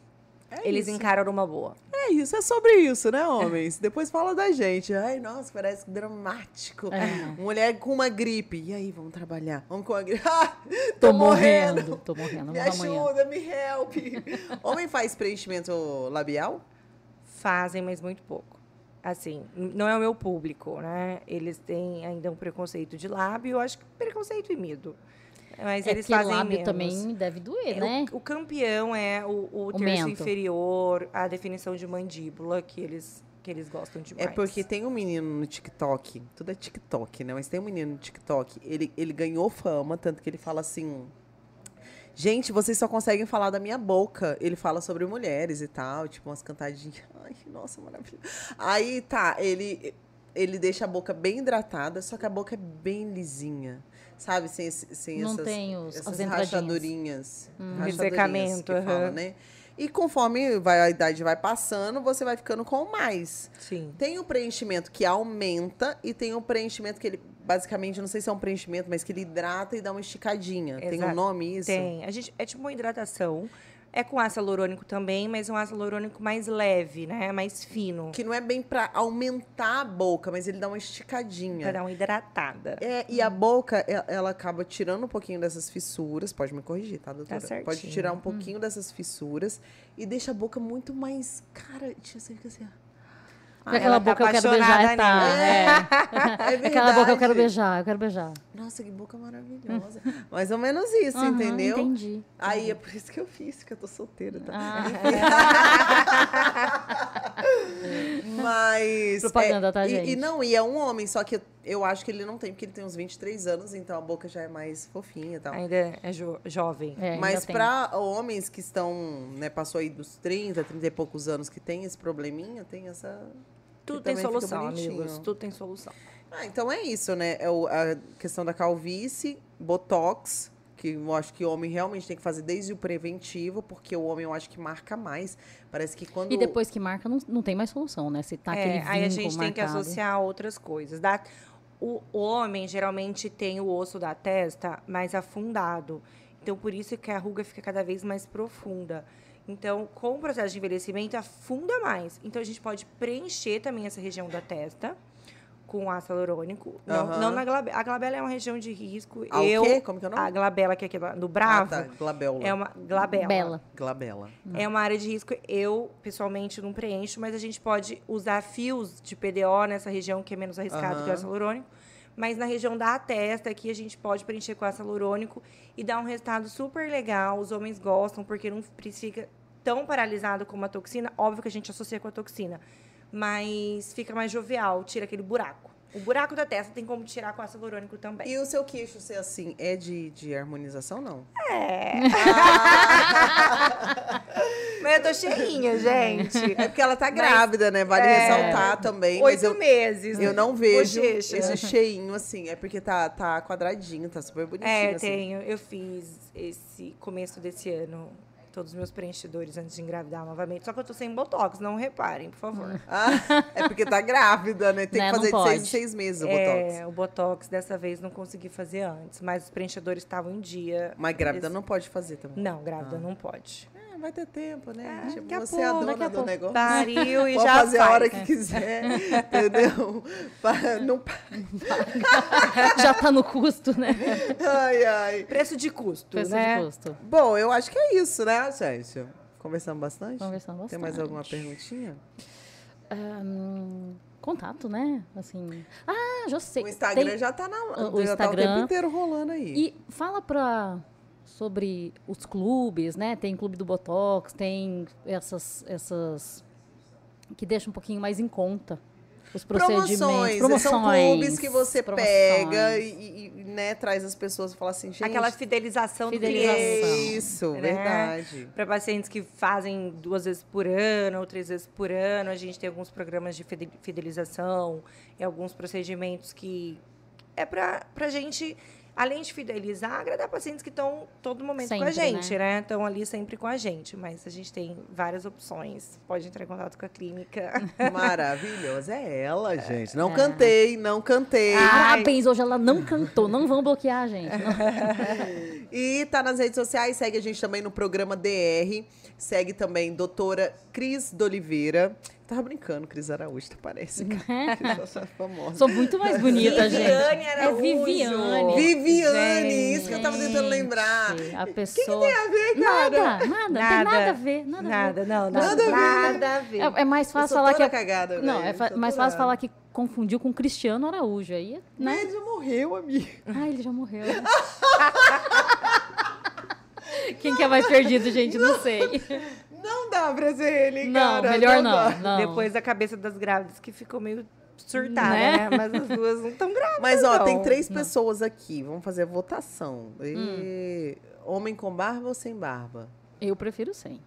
É Eles isso. encaram numa boa. É isso, é sobre isso, né, homens? Depois fala da gente. Ai, nossa, parece dramático. É. Mulher com uma gripe. E aí, vamos trabalhar? Vamos com a gripe. Ah, Tô morrendo. Tô morrendo. Me Vamos amanhã. ajuda, me help. Homem faz preenchimento labial? Fazem, mas muito pouco. Assim, n- não é o meu público, né? Eles têm ainda um preconceito de lábio, eu acho que preconceito e medo. Mas É eles que fazem lábio menos. também deve doer, É, né? o, o campeão é o, o terço mento. inferior, a definição de mandíbula, que eles, que eles gostam demais. É porque tem um menino no TikTok, tudo é TikTok, né? Mas tem um menino no TikTok, ele, ele ganhou fama, tanto que ele fala assim... Gente, vocês só conseguem falar da minha boca. Ele fala sobre mulheres e tal, tipo umas cantadinhas. Ai, nossa, maravilhoso. Aí, tá, ele, ele deixa a boca bem hidratada, só que a boca é bem lisinha. Sabe? Sem, esse- sem Não essas, tem os- essas as entradinhas. rachadurinhas. Rachadurinhas Ressecamento, que fala, aham. né? E conforme vai, a idade vai passando, você vai ficando com mais. Sim. Tem o preenchimento que aumenta e tem o preenchimento que ele, basicamente, não sei se é um preenchimento, mas que ele hidrata e dá uma esticadinha. Tem um Exato. nome isso? Tem. A gente, é tipo uma hidratação. É com ácido hialurônico também, mas um ácido hialurônico mais leve, né? Mais fino. Que não é bem pra aumentar a boca, mas ele dá uma esticadinha. Pra dar uma hidratada. É, e a boca, e- ela acaba tirando um pouquinho dessas fissuras. Pode me corrigir, tá, doutora? certinho. Pode tirar um pouquinho dessas fissuras e deixa a boca muito mais... Cara, deixa eu ver que assim... Com aquela ela tá boca eu quero apaixonada beijar, tá? nele. É. É Aquela boca eu verdade. quero beijar, eu quero beijar. Nossa, que boca maravilhosa. Mais ou menos isso, Aham, entendeu? entendi. Aí é por isso que eu fiz, que eu tô solteira, tá? Ah, Mas. Propaganda, é, tá, e, gente? E não, e é um homem, só que eu, eu acho que ele não tem, porque ele tem uns vinte e três anos, então a boca já é mais fofinha e tal. Ainda é jo- jovem. é, ainda Mas tem. para homens que estão, né, passou aí dos trinta, trinta e poucos anos, que tem esse probleminha, tem essa. Tudo que tem também fica solução, bonitinho. amigos. Tudo tem solução. Ah, então é isso, né? É o- a questão da calvície, botox, que eu acho que o homem realmente tem que fazer desde o preventivo, porque o homem eu acho que marca mais. Parece que quando. E depois que marca, não, não tem mais solução, né? Se tá aquele É, vínculo aí a gente tem que marcado. associar a outras coisas. Dá- o, o homem geralmente tem o osso da testa mais afundado. Então, por isso que a ruga fica cada vez mais profunda. Então, com o processo de envelhecimento, afunda mais. Então, a gente pode preencher também essa região da testa com ácido hialurônico. Não, Aham. não na glabela. A glabela é uma região de risco. Ah, o eu, quê? Como que é o nome? A glabela, que é aqui do Bravo, Ah, tá. Glabélula. é uma glabela. Bela. Glabela. É uma área de risco. Eu, pessoalmente, não preencho, mas a gente pode usar fios de P D O nessa região, que é menos arriscado Aham. que o ácido hialurônico. Mas na região da testa, aqui a gente pode preencher com ácido hialurônico e dar um resultado super legal. Os homens gostam, porque não fica tão paralisado como a toxina. Óbvio que a gente associa com a toxina. Mas fica mais jovial, tira aquele buraco. O buraco da testa tem como tirar com ácido hialurônico também. E o seu queixo ser assim, é de, de harmonização, não? É. Mas eu tô cheinha, gente. É porque ela tá grávida, né? Vale é, ressaltar também. Mas Oito eu, meses. eu não vejo Bochecha. esse cheinho assim. É porque tá, tá quadradinho, tá super bonitinho. É, assim. tenho. Eu fiz esse começo desse ano. Todos os meus preenchedores antes de engravidar novamente. Só que eu tô sem botox, não reparem, por favor. Ah, é porque tá grávida, né? Tem Né, que fazer não de seis em pode. seis meses o É, botox. o botox dessa vez não consegui fazer antes, mas os preenchedores estavam em dia. Mas grávida Esse- não pode fazer também. Não, grávida não pode. É, vai ter tempo, né? É, tipo, daqui a você é a pouco, dona daqui a do pouco. negócio. Pariu e Pode já fazer faz. a hora que quiser, entendeu? Pa- não pa- Já tá no custo, né? Ai, ai. Preço de custo, Preço né? de custo. Bom, eu acho que é isso, né, gente? Conversamos bastante? Conversamos Tem mais bastante. alguma perguntinha? Ahn, contato, né? Assim. Ah, já sei. O Instagram Tem- já tá na. o já tá o tempo Instagram. inteiro rolando aí. E fala pra, sobre os clubes, né? Tem clube do Botox, tem essas, essas que deixam um pouquinho mais em conta os procedimentos. Promoções, são clubes que você promoções. pega e, e, né, traz as pessoas e fala assim, gente... Aquela fidelização, Fidelização. do cliente. Isso, né? verdade. Para pacientes que fazem duas vezes por ano ou três vezes por ano, a gente tem alguns programas de fide- fidelização e alguns procedimentos que é para a gente, além de fidelizar, agradar pacientes que estão todo momento com a Sempre, gente, né? né? Estão ali sempre com a gente, mas a gente tem várias opções. Pode entrar em contato com a clínica. Maravilhosa. É ela, gente. Não É. cantei, não cantei. Parabéns, hoje ela não cantou, não vão bloquear a gente. Não. E tá nas redes sociais, segue a gente também no programa D R. Segue também doutora Cris D'Oliveira. Tava brincando, Cris Araújo, tu parece, cara. Cris é famosa. Sou muito mais bonita, gente. Viviane Araújo. É Viviane. Viviane, Gente. isso que eu tava tentando lembrar. Gente, A O que, que pessoa. tem a ver, cara? Nada, nada, não tem nada a ver. Nada, a Nada, ver. não, Nada nada, a ver, nada a ver. É, é mais Eu fácil sou falar que. toda é- cagada, Não, velho. é fa- Tô mais toda- fácil falar que confundiu com Cristiano Araújo. Aí, né? Mas ele já morreu, amigo. Ah, ele já morreu. Quem que é mais perdido, gente? Não sei. Não dá pra ser ele, Não, cara. melhor não. dá. não. Depois a cabeça das grávidas que ficou meio surtada, Né? né? Mas as duas não estão grávidas. Mas, ó, não. tem três pessoas aqui. Vamos fazer a votação. E... Homem com barba ou sem barba? Eu prefiro sem.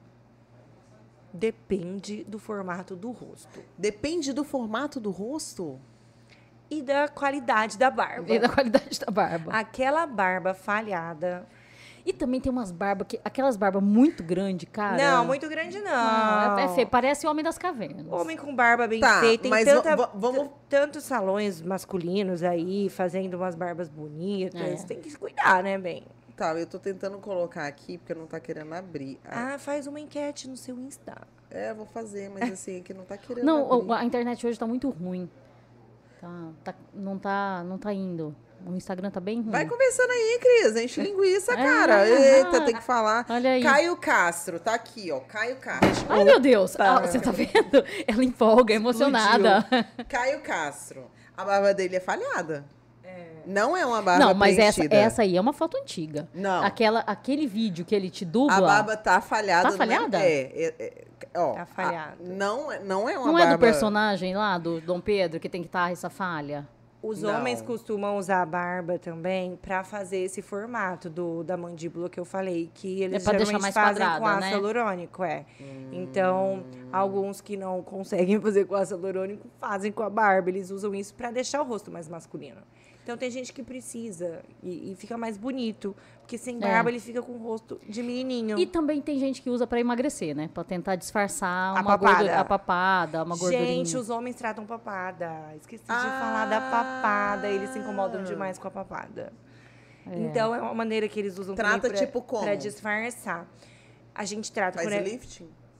Depende do formato do rosto. Depende do formato do rosto? E da qualidade da barba. E da qualidade da barba. Aquela barba falhada. E também tem umas barbas, que, aquelas barbas muito grandes, cara. Não, muito grande não. Não, é, é feio. Parece o Homem das Cavernas. Homem com barba bem Tá, feita. Tem mas tanta, va- va- vamos- t- tantos salões masculinos aí, fazendo umas barbas bonitas. É. Tem que se cuidar, né, bem? Tá, eu tô tentando colocar aqui, porque não tá querendo abrir. Ah, Ah, faz uma enquete no seu Insta. é, vou fazer, mas assim, aqui não tá querendo Não, abrir. o- a internet hoje tá muito ruim. Tá, tá- não, tá, não tá indo. O Instagram tá bem ruim. Vai conversando aí, Cris. Enche linguiça, É, cara. é, Eita, ah, tem que falar. olha aí. Caio Castro, tá aqui, ó. Caio Castro. Ai, meu Deus. Ah, você tá vendo? Ela empolga, emocionada. Caio Castro. A barba dele é falhada. Não é uma barba Não, mas essa, preenchida. essa aí é uma foto antiga. Não. Aquela, aquele vídeo que ele te dubla. A barba tá falhada. Tá no mesmo- falhada? É, é, é, ó, Tá falhada. a- não, é- não é uma não barba... é do personagem lá, do Dom Pedro, que tem que estar essa falha? Os Não. homens costumam usar a barba também para fazer esse formato do, da mandíbula que eu falei, que eles É pra deixar geralmente mais fazem com quadrada, ácido né? hialurônico, é. Então, alguns que não conseguem fazer com ácido hialurônico fazem com a barba. Eles usam isso para deixar o rosto mais masculino. Então, tem gente que precisa e, e fica mais bonito, porque sem barba ele fica com o rosto de menininho. E também tem gente que usa pra emagrecer, né? Pra tentar disfarçar A uma papada. gordura, a papada, uma gordurinha. Gente, os homens tratam papada. Esqueci de Ah. falar da papada. Eles se incomodam demais com a papada. Então, é uma maneira que eles usam Trata também pra, tipo como? pra disfarçar. A gente trata Faz por... lifting?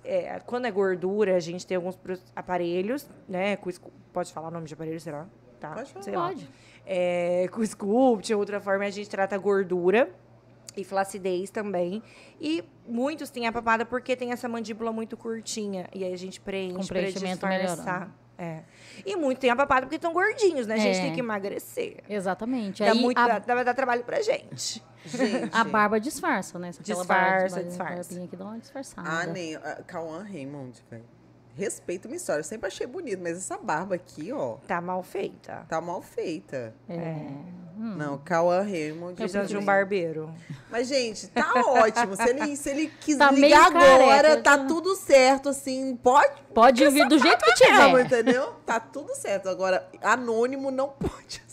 é, quando é gordura, a gente tem alguns pro- aparelhos, né? Com, escu- pode falar o nome de aparelho, será? Tá, Pode falar. sei lá. Pode. É, com Sculpt, outra forma, a gente trata gordura e flacidez também. E muitos têm a papada porque tem essa mandíbula muito curtinha. E aí a gente preenche Com pra preenchimento disfarçar. melhorando. É. E muitos têm a papada porque estão gordinhos, né? A gente É. tem que emagrecer. Exatamente. Dá Aí muito, a, dá, vai dar trabalho pra gente. Gente. a barba disfarça, né? Aquela Disfarça, barba, disfarça. barbinha aqui dá uma disfarçada. Ah, nem. a Cauã Raymond, velho. Respeito minha história. Eu sempre achei bonito, mas essa barba aqui, ó, Tá mal feita. tá mal feita. É. Não, Cauã Raymond. Precisa de um também. barbeiro. Mas, gente, tá ótimo. Se ele, se ele quis Tá meio ligar agora, careca, tá tá? tudo certo, assim. Pode. Pode vir do jeito que Mesmo, tiver. entendeu? Tá tudo certo. Agora, anônimo não pode.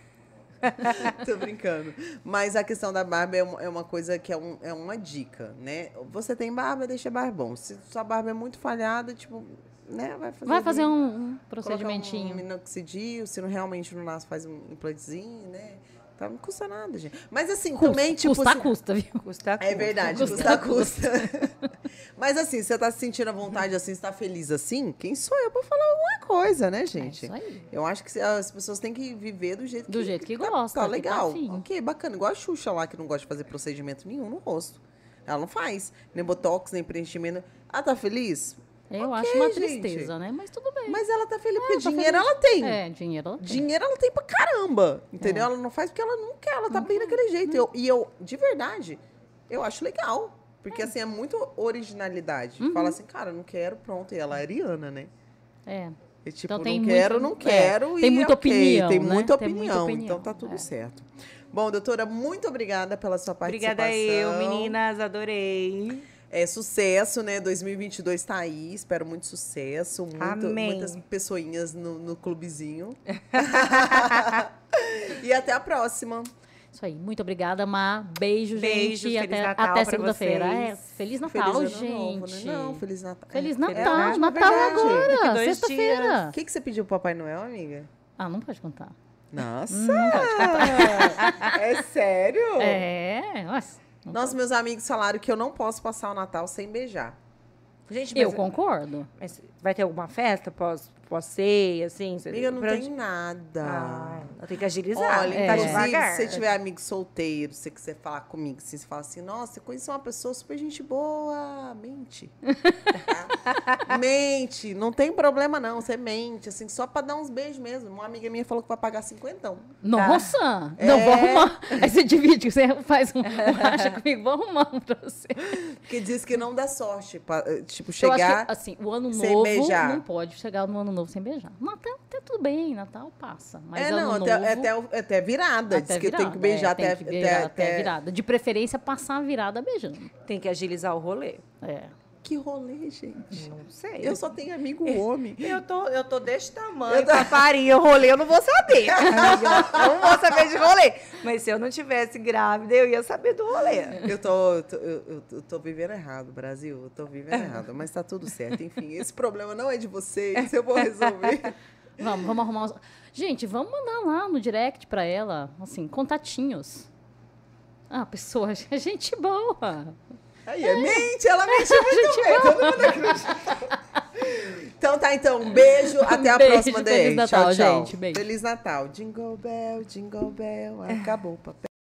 Tô brincando. Mas a questão da barba é uma, é uma coisa que é, um, é uma dica, né? Você tem barba, deixa barbão. Se sua barba é muito falhada, tipo, né? Vai fazer, Vai fazer ali, um, um colocar um procedimentinho. minoxidil. Se não realmente não nasce, faz um implantezinho, né? Tá, não custa nada, gente. Mas assim, Custa, também, tipo. custa, se- custa, viu? Custa É verdade, Custa, custa, custa. Mas assim, você tá se sentindo à vontade assim, você tá feliz assim? Quem sou eu pra falar alguma coisa, né, gente? É isso aí. Eu acho que as pessoas têm que viver do jeito Do que, jeito que tá, gosta, Tá que legal. tá afim. Ok, bacana. Igual a Xuxa lá, que não gosta de fazer procedimento nenhum no rosto. Ela não faz. Nem botox, nem preenchimento. Ah, tá feliz? Eu Ok, acho uma gente. tristeza, né? Mas tudo bem. Mas ela tá feliz, porque tá dinheiro feliz. ela tem. É, dinheiro ela tem. Dinheiro ela tem pra caramba, entendeu? É. Ela não faz porque ela não quer, ela tá bem daquele jeito. Eu- e eu, de verdade, eu acho legal. Porque, assim, é muito originalidade. Uhum. Fala assim, cara, não quero, pronto. E ela é ariana, né? É. E, tipo, Então, tem não quero, muita- não é, quero. tem e muita ok, opinião, Tem né? muita Tem opinião, muita opinião, então tá tudo é. certo. Bom, doutora, muito obrigada pela sua participação. Obrigada eu, meninas. Adorei. É sucesso, né? dois mil e vinte e dois tá aí. Espero muito sucesso. Muito, Amém. muitas pessoinhas no, no clubezinho. E até a próxima. Isso aí. Muito obrigada, Má. Beijo, Beijo, gente. Feliz até Natal até pra segunda-feira. É, vocês. Feliz Natal, Feliz Ano gente. Novo, né? Não, Feliz Natal. Feliz É, Natal. é verdade, Natal é verdade. agora. Daqui dois Sexta-feira. O que, que você pediu pro Papai Noel, amiga? Ah, não pode contar. Nossa! Não pode contar. É sério? É, nossa. não Nossa, meus amigos falaram que eu não posso passar o Natal sem beijar. Gente, Eu mas, concordo. mas vai ter alguma festa pós, pós-ceia, assim? Você- Amiga, não pra tem onde- nada. Ah, tem que agilizar. Olha, né? Tá inclusive, devagar. se você tiver amigo solteiro, se você quiser falar comigo, assim, você fala assim, nossa, eu conheci uma pessoa super gente boa, mente. Tá? Mente, não tem problema não, você mente, assim, só pra dar uns beijos mesmo. Uma amiga minha falou que vai pagar cinquentão. Nossa! É. Não, vou arrumar. Aí você divide, você faz um, um racha comigo, vou arrumar um pra você. Porque diz que não dá sorte, pra, eh, tipo, Eu acho chegar... que, assim, o ano sem novo beijar. não pode chegar no ano novo sem beijar. Natal até tudo bem, Natal passa. Mas é, ano não, novo... até, até, o- até virada. até Diz que tem que virada, beijar é, até, tem que beijar até, até até- virada. De preferência, passar a virada beijando. Tem que agilizar o rolê. É. Que rolê, gente. Não sei. Eu só tenho amigo homem. Eu tô, eu tô desse tamanho pra parir o rolê, eu não vou saber. Eu não vou saber de rolê. Mas se eu não tivesse grávida, eu ia saber do rolê. Eu tô, eu tô, eu, eu- eu tô vivendo errado, Brasil. Eu tô vivendo errado, mas tá tudo certo. Enfim, esse problema não é de vocês, eu vou resolver. Vamos, vamos arrumar uns... Gente, vamos mandar lá no direct pra ela, assim, contatinhos. Ah, pessoa, gente boa. Aí, é mente, ela mente muito bem. Todo mundo acredita. Então tá, então, um beijo, até a Beijo, próxima, Feliz Day. Natal, Tchau, tchau. gente, beijo. Feliz Natal. Jingle bell, jingle bell, acabou o papel.